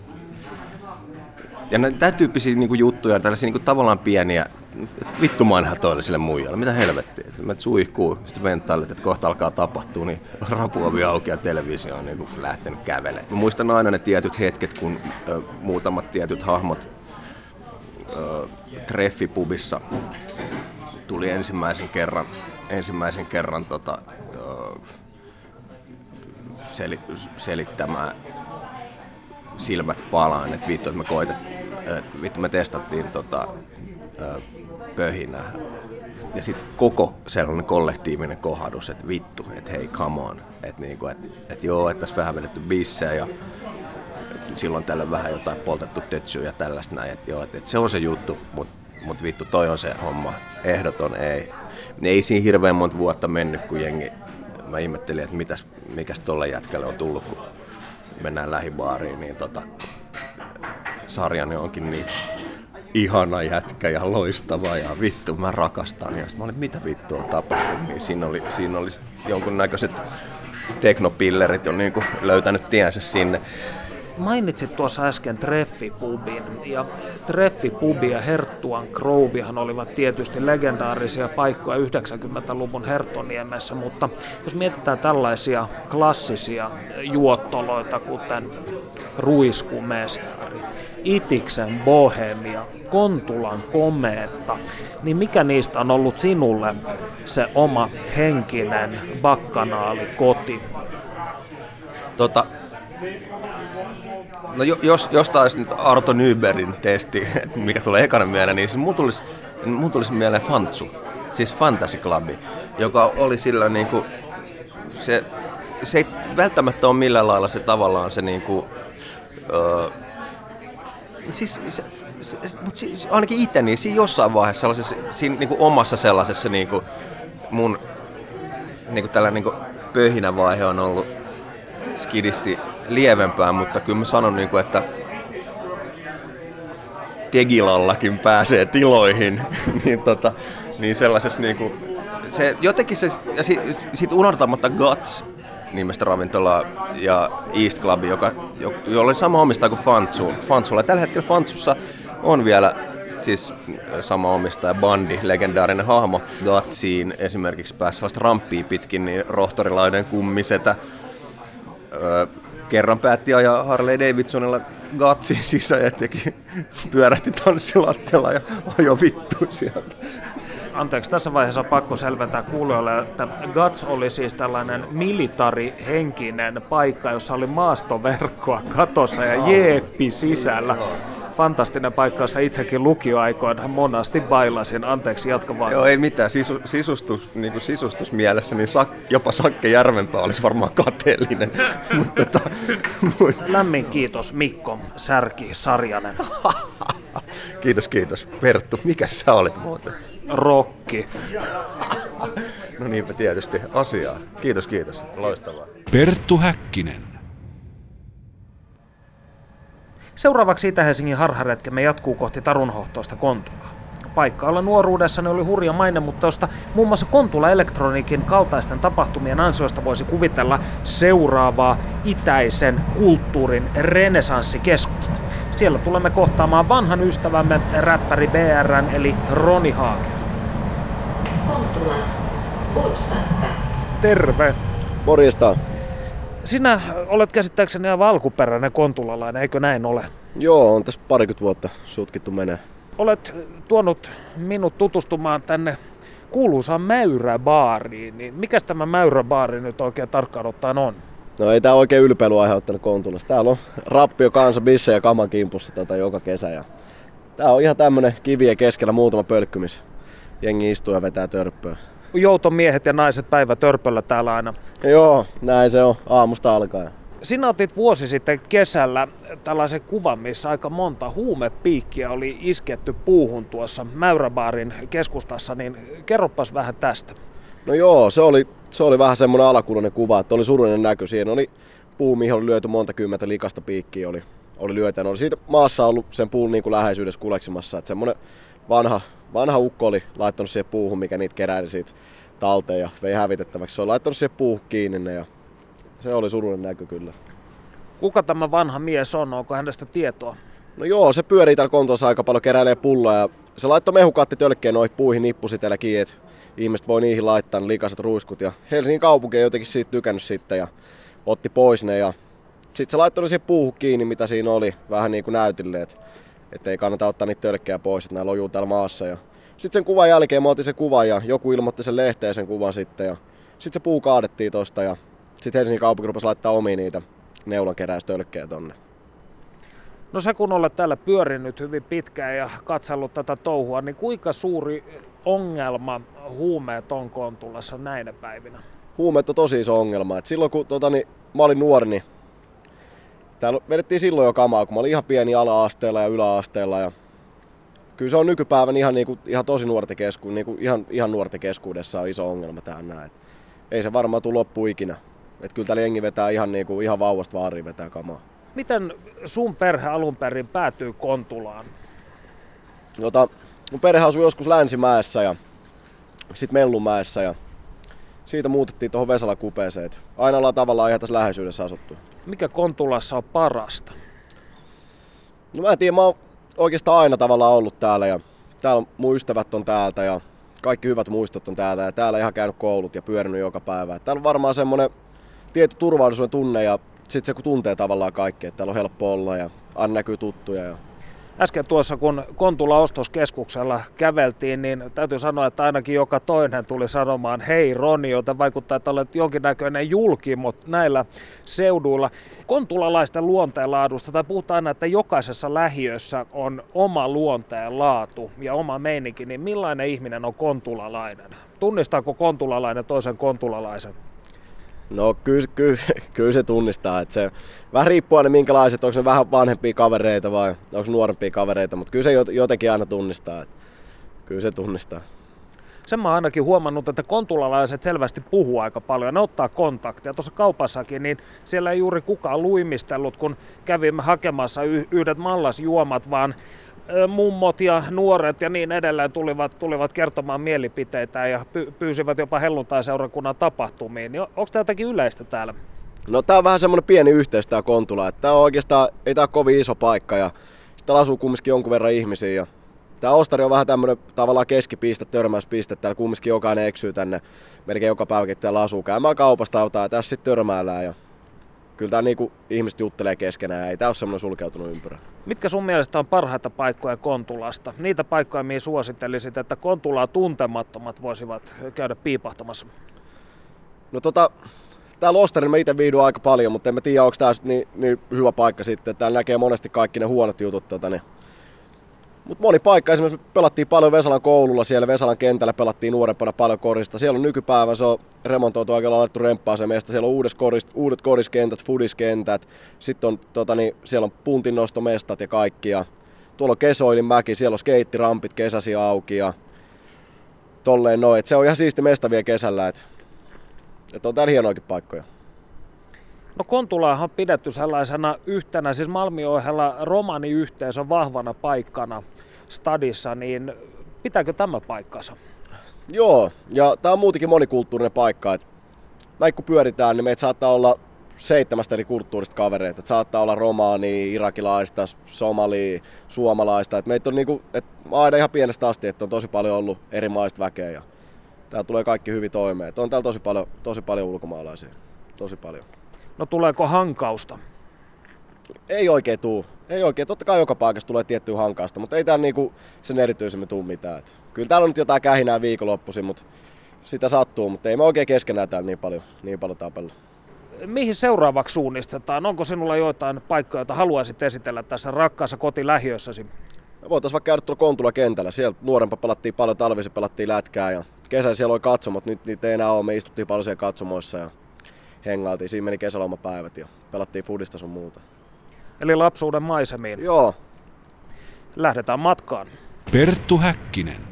Ja tämän tyyppisiä niinku juttuja, tällaisia niinku tavallaan pieniä, vittu mä oon ihan todelliselle muijalle, mitä helvettiä. Mä suihkuu, sitten venttailet, että kohta alkaa tapahtua, niin rapuovi auki ja televisio on niinku lähtenyt kävelemään. Mä muistan aina ne tietyt hetket, kun ö, muutamat tietyt hahmot ö, treffipubissa tuli ensimmäisen kerran, ensimmäisen kerran tota, ö, sel, selittämään silmät palaan, että vittu, että me koitettiin. Vittu, me testattiin tota, pöhinää. Ja sitten koko sellainen kollektiivinen kohdus, että vittu, että hei, come on. Että niinku, et, et joo, että tässä vähän vedetty bissejä ja silloin tällöin vähän jotain poltettu tötsyä ja tällaista näin. Että joo, että et se on se juttu, mutta mut vittu, toi on se homma. Ehdoton ei. Ei siinä hirveän monta vuotta mennyt, kun jengi, mä ihmettelin, että mitäs, mikäs tolle jätkälle on tullut, kun mennään lähibaariin, niin tota, Sarjani onkin niin ihana jätkä ja loistava ja vittu mä rakastan. Ja sitten mä olin, mitä vittu on tapahtunut, niin siinä oli, siinä oli jonkunnäköiset teknopillerit jo niin kuin löytänyt tiensä sinne. Mainitsit tuossa äsken Treffipubin, ja Treffipubi ja Herttuan Grovehan olivat tietysti legendaarisia paikkoja yhdeksänkymmentäluvun Herttoniemessä, mutta jos mietitään tällaisia klassisia juottoloita, kuten Ruiskumestari, Itiksen Bohemia, Kontulan Komeetta, niin mikä niistä on ollut sinulle se oma henkinen bakkanaalikoti? Tota, no jos, jos taas nyt Arto Nybergin testi, mikä tulee ekana mieleen, niin siis mun tulisi, mun tulisi mieleen Fantsu, siis Fantasy Club, joka oli sillä niinku, se, se ei välttämättä ole millään lailla se tavallaan se niinku, öö, siis se, se, mutta siis, ainakin itse niin siinä jossain vaiheessa sellaisessa, siinä niinku omassa sellaisessa niinku mun niinku tällainen niinku pöhinävaihe on ollut skidisti lievempää, mutta kyllä mä sanon, niinku, että Tegilallakin pääsee tiloihin, niin, tota, niin sellaisessa niinku, se jotenkin se, ja sitten sit unohtamatta Guts nimestä ravintolaa ja East Club, joka, jolla oli sama omistaja kuin Fantsu. Fantsulla. Tällä hetkellä Fantsussa on vielä siis sama omistaja, Bandi, legendaarinen hahmo. Gutsiin esimerkiksi pääsi sellaista ramppia pitkin, niin rohtorilainen kummisetä. Öö, kerran päätti ajaa Harley Davidsonilla Gutsiin sisään ja teki, pyörähti tanssilatteella ja ajoi vittuun sieltä. Anteeksi, tässä vaiheessa on pakko selventää kuulijoille, että Guts oli siis tällainen militarihenkinen paikka, jossa oli maastoverkkoa katossa ja jeeppi sisällä. Fantastinen paikka, jossa itsekin lukioaikoina monasti bailasin. Anteeksi, jatka vaan. Joo, ei mitään. Sisu, sisustus, niin kuin sisustusmielessä, niin sak, jopa Sakke Järvenpää olisi varmaan kateellinen. Mutta, tota, lämmin kiitos Mikko Särki Sarjanen. Kiitos, kiitos. Perttu, mikä sä olet muuten? Rokki. No niinpä tietysti. Asiaa. Kiitos, kiitos. Loistavaa. Perttu Häkkinen. Seuraavaksi Itä-Helsingin harharetkemme jatkuu kohti Tarunhohtoista Kontulaa. Paikkaalla nuoruudessani oli hurja maine, mutta josta muun muassa Kontula Elektroniikin kaltaisten tapahtumien ansiosta voisi kuvitella seuraavaa itäisen kulttuurin renesanssikeskusta. Siellä tulemme kohtaamaan vanhan ystävämme räppäri B R:n eli Roni Haagelta. Kontula, Utsakka. Terve! Morjesta. Sinä olet käsittääkseni aivan alkuperäinen kontulalainen, eikö näin ole? Joo, on tässä parikymmentä vuotta sutkittu menee. Olet tuonut minut tutustumaan tänne kuuluisaan Mäyräbaariin, niin mikäs tämä Mäyräbaari nyt oikein tarkkaan ottaen on? No ei tää oikein ylpeilyä aiheuttanut Kontulassa. Täällä on rappio kansa, bisse ja kaman kimpussa tätä joka kesä. Ja tää on ihan tämmönen kivien keskellä muutama pölkkymis. Jengi istuu ja vetää törppöä. Joutomiehet ja naiset päivä törpöllä täällä aina. Joo, näin se on aamusta alkaen. Sinä otit vuosi sitten kesällä tällaisen kuvan, missä aika monta huumepiikkiä oli isketty puuhun tuossa Mäyräbaarin keskustassa, niin kerropas vähän tästä. No joo, se oli, se oli vähän semmoinen alakuloinen kuva, että oli surullinen näky. Siinä oli puu, mihin oli lyöty monta kymmentä likasta piikkiä, oli, oli lyötä. Oli siitä maassa ollut sen puun niin kuin läheisyydessä kuleksimassa, että semmoinen vanha, vanha ukko oli laittanut siihen puuhun, mikä niitä keräili siitä talteen ja vei hävitettäväksi. Se oli laittanut siihen puuhun kiinni ne ja se oli surullinen näky kyllä. Kuka tämä vanha mies on? Onko hänestä tietoa? No joo, se pyörii täällä Kontolassa aika paljon, keräilee pulloa ja se laittoi mehukaattitölkkeen noihin puihin nippusitellä kiinni, että ihmiset voi niihin laittaa ne likaiset ruiskut. Ja Helsingin kaupunki on jotenkin siitä tykännyt sitten ja otti pois ne. Ja sitten se laittoi ne siihen puuhun kiinni, mitä siinä oli, vähän niin kuin näytille, että ei kannata ottaa niitä tölkkejä pois, että nämä lojuu täällä maassa. Ja sitten sen kuvan jälkeen mä otin sen kuvan ja joku ilmoitti sen lehteen sen kuvan sitten. Ja sitten se puu kaadettiin tosta ja sitten Helsingin kaupunki rupesi laittaa omiin niitä neulankeräystölkkejä tonne. No se kun olet täällä pyörinyt hyvin pitkään ja katsellut tätä touhua, niin kuinka suuri ongelma huumeet on Kontulassa näinä päivinä? Huumeet on tosi iso ongelma. Et silloin kun tota, niin, mä olin nuori, niin täällä vedettiin silloin jo kamaa, kun mä olin ihan pieni ala-asteella ja yläasteella. Ja kyllä se on nykypäivän ihan, niin kuin, ihan tosi nuorten kesku, niin kuin, ihan, ihan nuorten keskuudessa on iso ongelma tähän näin. Ei se varmaan tule loppu ikinä. Et kyllä täällä jengi vetää ihan, niin kuin, ihan vauvasta vaariin vetää kamaa. Miten sun perhe alun perin päätyy Kontulaan? Jota, mun perhe asui joskus Länsimäessä ja sitten Mellumäessä ja siitä muutettiin tuohon Vesalan kupeeseen. Aina ollaan tavallaan ihan tässä läheisyydessä asuttu. Mikä Kontulassa on parasta? No mä en tiedä, mä oon oikeastaan aina tavallaan ollut täällä ja täällä mun ystävät on täältä ja kaikki hyvät muistot on täältä ja täällä ihan käynyt koulut ja pyörinyt joka päivä. Täällä on varmaan semmonen tietty turvallisuuden tunne ja sitten se kun tuntee tavallaan kaikki, että täällä on helppo olla ja aina näkyy tuttuja. Ja äsken tuossa kun Kontula ostoskeskuksella käveltiin, niin täytyy sanoa, että ainakin joka toinen tuli sanomaan hei Roni, joten vaikuttaa, että olet jonkinnäköinen julkimot näillä seuduilla. Kontulalaisten luonteenlaadusta, tai puhutaan aina, että jokaisessa lähiössä on oma luonteenlaatu ja oma meininki, niin millainen ihminen on kontulalainen? Tunnistaako kontulalainen toisen kontulalaisen? No kyllä, kyllä, kyllä se tunnistaa, että se vähän riippuu aina minkälaiset, onko ne vähän vanhempia kavereita vai onko nuorempia kavereita, mutta kyllä se jotenkin aina tunnistaa, että kyllä se tunnistaa. Sen mä oon ainakin huomannut, että kontulalaiset selvästi puhuu aika paljon, ne ottaa kontaktia. Tuossa kaupassakin, niin siellä ei juuri kukaan luimistellut, kun kävimme hakemassa yhdet mallasjuomat, vaan mummot ja nuoret ja niin edelleen tulivat, tulivat kertomaan mielipiteitä ja pyysivät jopa helluntai-seurakunnan tapahtumiin. Onko tämä jotakin yleistä täällä? No tää on vähän semmoinen pieni yhteys tää Kontula. Tää on oikeastaan, ei tää ole kovin iso paikka ja täällä asuu kumminkin jonkun verran ihmisiä. Ja tää Ostari on vähän tämmönen tavallaan keskipiste, törmäyspiste. Täällä kumminkin jokainen eksyy tänne melkein joka päiväkin täällä asuu käymään kaupasta jotain ja tässä sitten törmäillään. Ja kyllä tää niinku ihmiset juttelee keskenään ja ei tää ole semmoinen sulkeutunut ympyrä. Mitkä sun mielestä on parhaita paikkoja Kontulasta? Niitä paikkoja, mihin suosittelisit, että Kontulaa tuntemattomat voisivat käydä piipahtamassa? No tota, täällä Ostarilla mä itse viihdyn aika paljon, mutta en mä tiedä, onko tää niin, niin hyvä paikka sitten. Täällä näkee monesti kaikki ne huonot jutut. Tota, niin. Mutta moni paikka, esimerkiksi pelattiin paljon Vesalan koululla, siellä Vesalan kentällä pelattiin nuorempana paljon korista. Siellä on nykypäivän, se on remontoitu oikein laittu remppaasemesta. Siellä on uudet, korist, uudet koriskentät, fudiskentät, sitten on, tota, niin, siellä on puntinnostomestat ja kaikki. Ja tuolla on Kesoilin mäki, siellä on skeittirampit kesäsi auki ja tolleen noin. Et se on ihan siisti mesta vielä kesällä, että et on täällä hienoikin paikkoja. No Kontulaahan on pidetty sellaisena yhtenä, siis Malmin ohella romaniyhteisön vahvana paikkana stadissa, niin pitääkö tämä paikkansa? Joo, ja tää on muutenkin monikulttuurinen paikka. Et näin kun pyöritään, niin meitä saattaa olla seitsemästä eri kulttuurista kavereita. Et saattaa olla romaania, irakilaista, somalia, suomalaista. Et meitä on niinku, et aina ihan pienestä asti, että on tosi paljon ollut eri maista väkeä. Ja tää tulee kaikki hyvin toimeen. Et on täällä tosi paljon, tosi paljon ulkomaalaisia. Tosi paljon. No tuleeko hankausta? Ei oikein tuu. Ei oikein, totta kai joka paikassa tulee tiettyä hankausta, mutta ei täällä niinku sen erityisemmin tule mitään. Et kyllä täällä on nyt jotain kähinää viikonloppuisin, mutta sitä sattuu, mutta ei me oikein keskenään täällä niin paljon, niin paljon tapella. Mihin seuraavaksi suunnistetaan? Onko sinulla joitain paikkoja, joita haluaisit esitellä tässä rakkaassa kotilähiössäsi? Me voitaisiin vaikka käydä tuolla Kontulan kentällä. Siellä nuorempa pelattiin paljon, talvisin pelattiin lätkää ja kesällä siellä oli katsomot. Nyt niitä ei enää ole. Me istuttiin paljon siellä katsomoissa ja hengailtiin. Siinä meni kesälomapäivät ja pelattiin fudista sun muuta. Eli lapsuuden maisemiin. Joo. Lähdetään matkaan. Perttu Häkkinen.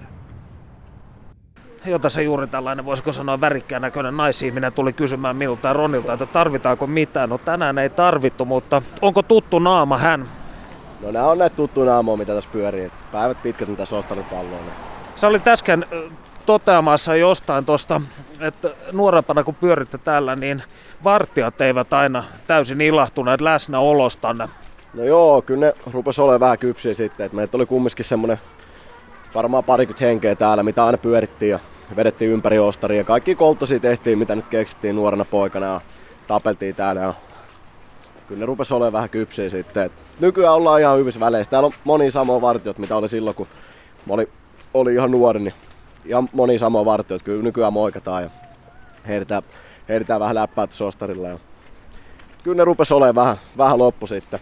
Jota se juuri tällainen, voisiko sanoa värikkään näköinen naisihminen tuli kysymään minulta ja Ronilta, että tarvitaanko mitään. No tänään ei tarvittu, mutta onko tuttu naama hän? No nää on näitä tuttuja naamoja, mitä tässä pyörii. Päivät pitkät, mitä Sostarin palloon. Sä olit äsken toteamassa jostain tosta, että nuorempana kun pyöritte täällä, niin vartijat eivät aina täysin ilahtuneet läsnäolostanne. No joo, kyllä ne rupesi olemaan vähän kypsiä sitten. Et meitä oli kumminkin semmonen varmaan parikymmentä henkeä täällä, mitä aina pyörittiin ja vedettiin ympäri Ostaria. Kaikki kolttosia tehtiin, mitä nyt keksittiin nuorena poikana ja tapeltiin täällä. Ja kyllä ne rupesi olemaan vähän kypsiä sitten. Et nykyään ollaan ihan hyvissä väleissä. Täällä on monia samoja vartijoita, mitä oli silloin, kun oli, oli ihan nuori. Niin ihan monia samoja vartijoita. Kyllä nykyään moikataan ja heitetään, heitetään vähän läppää tässä Ostarilla. Ja kyllä ne rupesi olemaan vähän, vähän loppu sitten.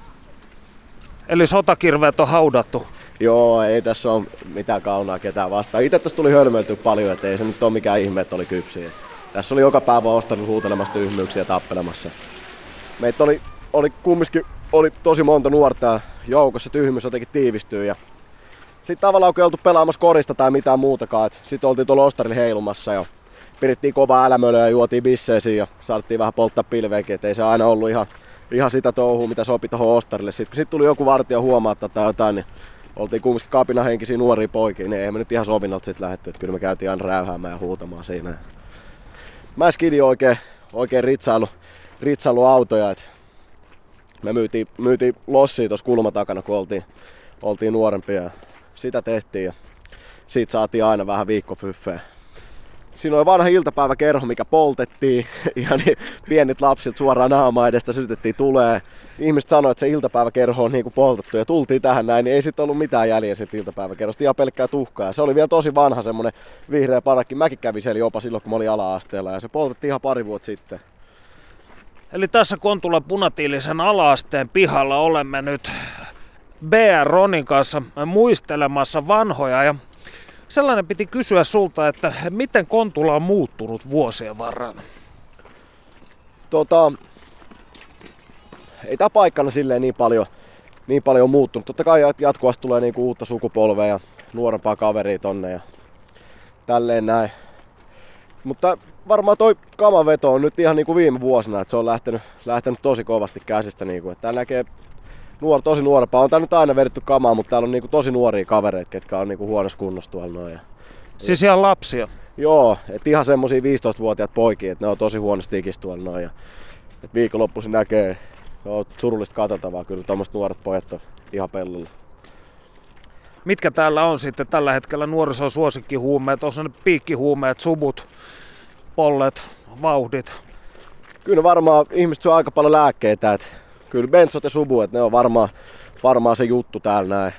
Eli sotakirveet on haudattu. Joo, ei tässä ole mitään kaunaa ketään vastaan. Itse tässä tuli hölmöiltyä paljon, ettei ei se nyt ole mikään ihme, että oli kypsiä. Tässä oli joka päivä Ostarilla huutelemassa tyhmyyksiä ja tappelemassa. Meitä oli, oli kumminkin oli tosi monta nuorta joukossa, tyhmyys jotenkin tiivistyy. Ja sitten tavallaan kun ei oltu pelaamassa korista tai mitään muutakaan, sitten oltiin tuolla Ostarilla heilumassa ja pidettiin kovaa älämölöä ja juotiin bisseisiin ja saatiin vähän polttaa pilveäkin, ettei se aina ollut ihan, ihan sitä touhua, mitä sopi tuohon Ostarille. Sitten kun sit tuli joku vartija huomaattaa tai jotain, niin oltiin kumminkin kapinahenkisiä nuoria poikia, niin ei me nyt ihan sovinnolta sit lähdetty, että kyllä me käytiin aina räyhäämään ja huutamaan siinä. Mä skidi oikein, oikein ritsailu, ritsailu autoja, et me myytiin, myytiin lossia tuossa kulma takana, kun oltiin, oltiin nuorempia ja sitä tehtiin ja siitä saatiin aina vähän viikkofyffeä. Siinä oli vanha iltapäiväkerho, mikä poltettiin ja niin pienit lapsilta suoraan naamaa edestä sytytettiin tulee. Ihmiset sanoivat, että se iltapäiväkerho on niinku poltettu ja tultiin tähän näin, niin ei sitten ollut mitään jäljeä siitä iltapäiväkerhosta, ihan pelkkää tuhkaa. Ja se oli vielä tosi vanha semmonen vihreä parakki. Mäkin kävin siellä jopa silloin, kun mä olin ala-asteella ja se poltettiin ihan pari vuotta sitten. Eli tässä Kontulan punatiilisen ala-asteen pihalla olemme nyt B R Ronin kanssa muistelemassa vanhoja ja sellainen piti kysyä sulta, että miten Kontula on muuttunut vuosien varrella? Tota, ei tää paikkana silleen niin paljon, niin paljon muuttunut. Totta kai jatkuvasti tulee niinku uutta sukupolvea ja nuorempaa kaveria tonne ja tälleen näin. Mutta varmaan toi kamaveto on nyt ihan niinku viime vuosina, että se on lähtenyt, lähtenyt tosi kovasti käsistä. Niinku. Täällä näkee nuor, tosi nuorempaa. On tää nyt aina vedetty kamaa, mutta täällä on niinku tosi nuoria kavereita, ketkä on niinku huonossa kunnossa tuolla noin. Siis ihan lapsia? Joo, et ihan semmosia viisitoistavuotiaat poikia, että ne on tosi huonosti tikis tuolla noin. Ja, et viikonloppuisin näkee, on surullista katsottavaa, kyllä tommoset nuoret pojat on ihan pellolla. Mitkä täällä on sitten tällä hetkellä nuorison suosikkihuumeet? On ne piikkihuumeet, subut, pollet, vauhdit? Kyllä varmaan ihmiset syö aika paljon lääkkeitä. Et kyllä bensot ja subu, et ne on varmaan, varmaan se juttu täällä näin.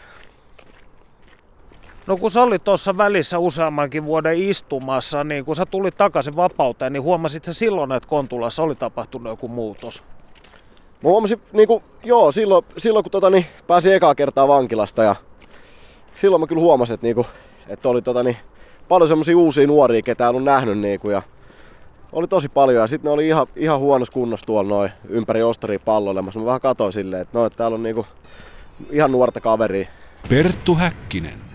No kun sä olit tuossa välissä useammankin vuoden istumassa, niin kun sä tulit takaisin vapauteen, niin huomasit sä silloin, että Kontulassa oli tapahtunut joku muutos? Mä huomasin, niinku, joo, silloin, silloin kun tota, niin, pääsin ekaa kertaa vankilasta ja silloin mä kyllä huomasin, että, niinku, että oli tota, niin, paljon semmosia uusia nuoria, ketä en ollut nähnyt. Niinku, ja oli tosi paljon ja sitten ne oli ihan, ihan huonossa kunnossa tuolla noin ympäri Ostaria palloilemassa. Mä vähän katsoin silleen, että, no, että täällä on niinku, ihan nuorta kaveria. Perttu Häkkinen.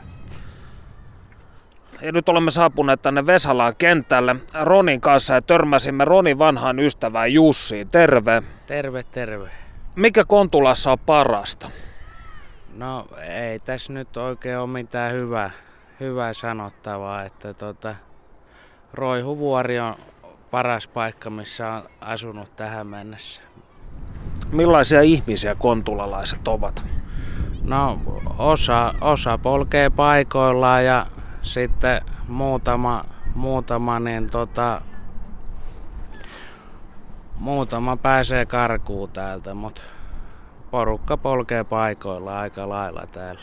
Ja nyt olemme saapuneet tänne Vesalaan kentälle Ronin kanssa ja törmäsimme Ronin vanhaan ystävään Jussiin. Terve. Terve, terve. Mikä Kontulassa on parasta? No ei tässä nyt oikein ole mitään hyvää, hyvää sanottavaa, että tota, Roihuvuori on paras paikka, missä on asunut tähän mennessä. Millaisia ihmisiä kontulalaiset ovat? No osa, osa polkee paikoillaan ja sitten muutama, muutama, niin tota, muutama pääsee karkuun täältä, mutta porukka polkee paikoilla aika lailla täällä.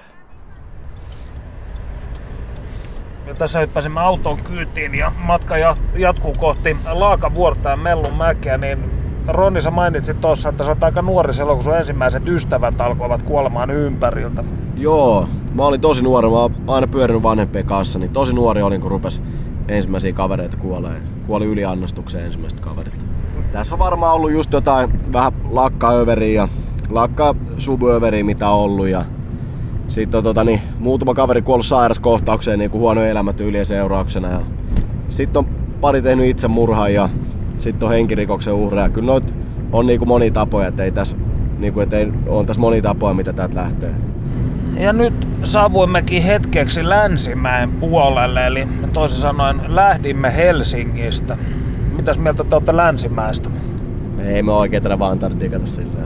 Ja tässä hyppäsimme autoon kyytiin ja matka jatkuu kohti Laakavuorta ja Mellunmäkeä, niin Ronni, sä mainitsit tuossa, että sä oot aika nuori silloin, kun sun ensimmäiset ystävät alkoivat kuolemaan ympäriltä. Joo, mä olin tosi nuori, mä oon aina pyörinyt vanhempien kanssa, niin tosi nuori olin, kun rupes ensimmäisiä kavereita kuolee. Kuoli yliannostukseen ensimmäiset kaverit. Tässä on varmaan ollut just jotain vähän lakkaöveriä ja lakka-suböveriä, mitä on ollut. Ja sitten on tota, niin, muutama kaveri kuollut sairaskohtaukseen niin kuin huono elämäntyylien seurauksena. Ja sitten on pari tehnyt itsemurhan ja sitten on henkirikoksen uhreja. Kyllä noit on niin kuin monia tapoja, että ei tässä, niin kuin, ei, on tässä monia tapoja, mitä täältä lähtee. Ja nyt saavuimmekin hetkeksi Länsimäen puolelle, eli toisin sanoen lähdimme Helsingistä. Mitäs mieltä te olette Länsimäestä? Ei me oikein tätä vaan tarvitse digata silleen.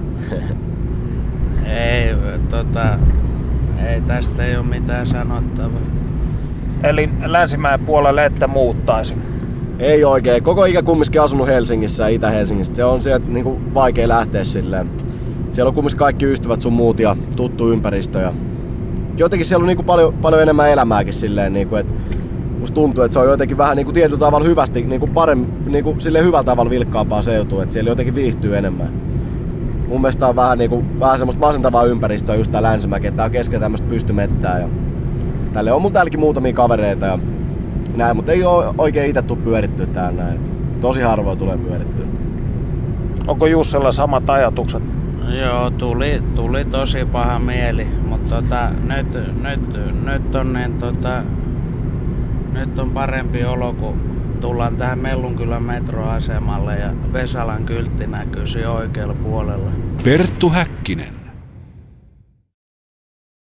Ei, tota, ei tästä ei ole mitään sanottavaa. Eli Länsimäen puolelle ette muuttaisi? Ei oikein. Koko ikä kumminkin asunut Helsingissä ja Itä-Helsingissä. Se on sieltä niinku vaikea lähteä silleen. Siellä on kumminkin kaikki ystävät sun muut ja tuttu ympäristö. Ja jotenkin siellä on niinku paljon, paljon enemmän elämääkin silleen, niinku, että musta tuntuu, että se on jotenkin vähän niinku tietyllä tavalla hyvästi, niinku paremmin, niinku silleen hyvällä tavalla vilkkaampaa seutua, että siellä jotenkin viihtyy enemmän. Mun mielestä on vähän, niinku, vähän semmoista masentavaa ympäristöä just tää Länsimäki, että tää on keskellä tämmöstä pystymettää. Ja tälle on mun täälläkin muutamia kavereita ja näin, mutta ei oo oikein ite tuu pyörittyä täällä näin. Tosi harvoin tulee pyörittyä. Onko Jussella samat ajatukset? Joo, tuli, tuli tosi paha mieli, mutta tota, nyt, nyt, nyt, on, niin, tota, nyt on parempi olo, kun tullaan tähän Mellunkylän metroasemalle ja Vesalan kyltti näkyy siinä oikealla puolella. Perttu Häkkinen.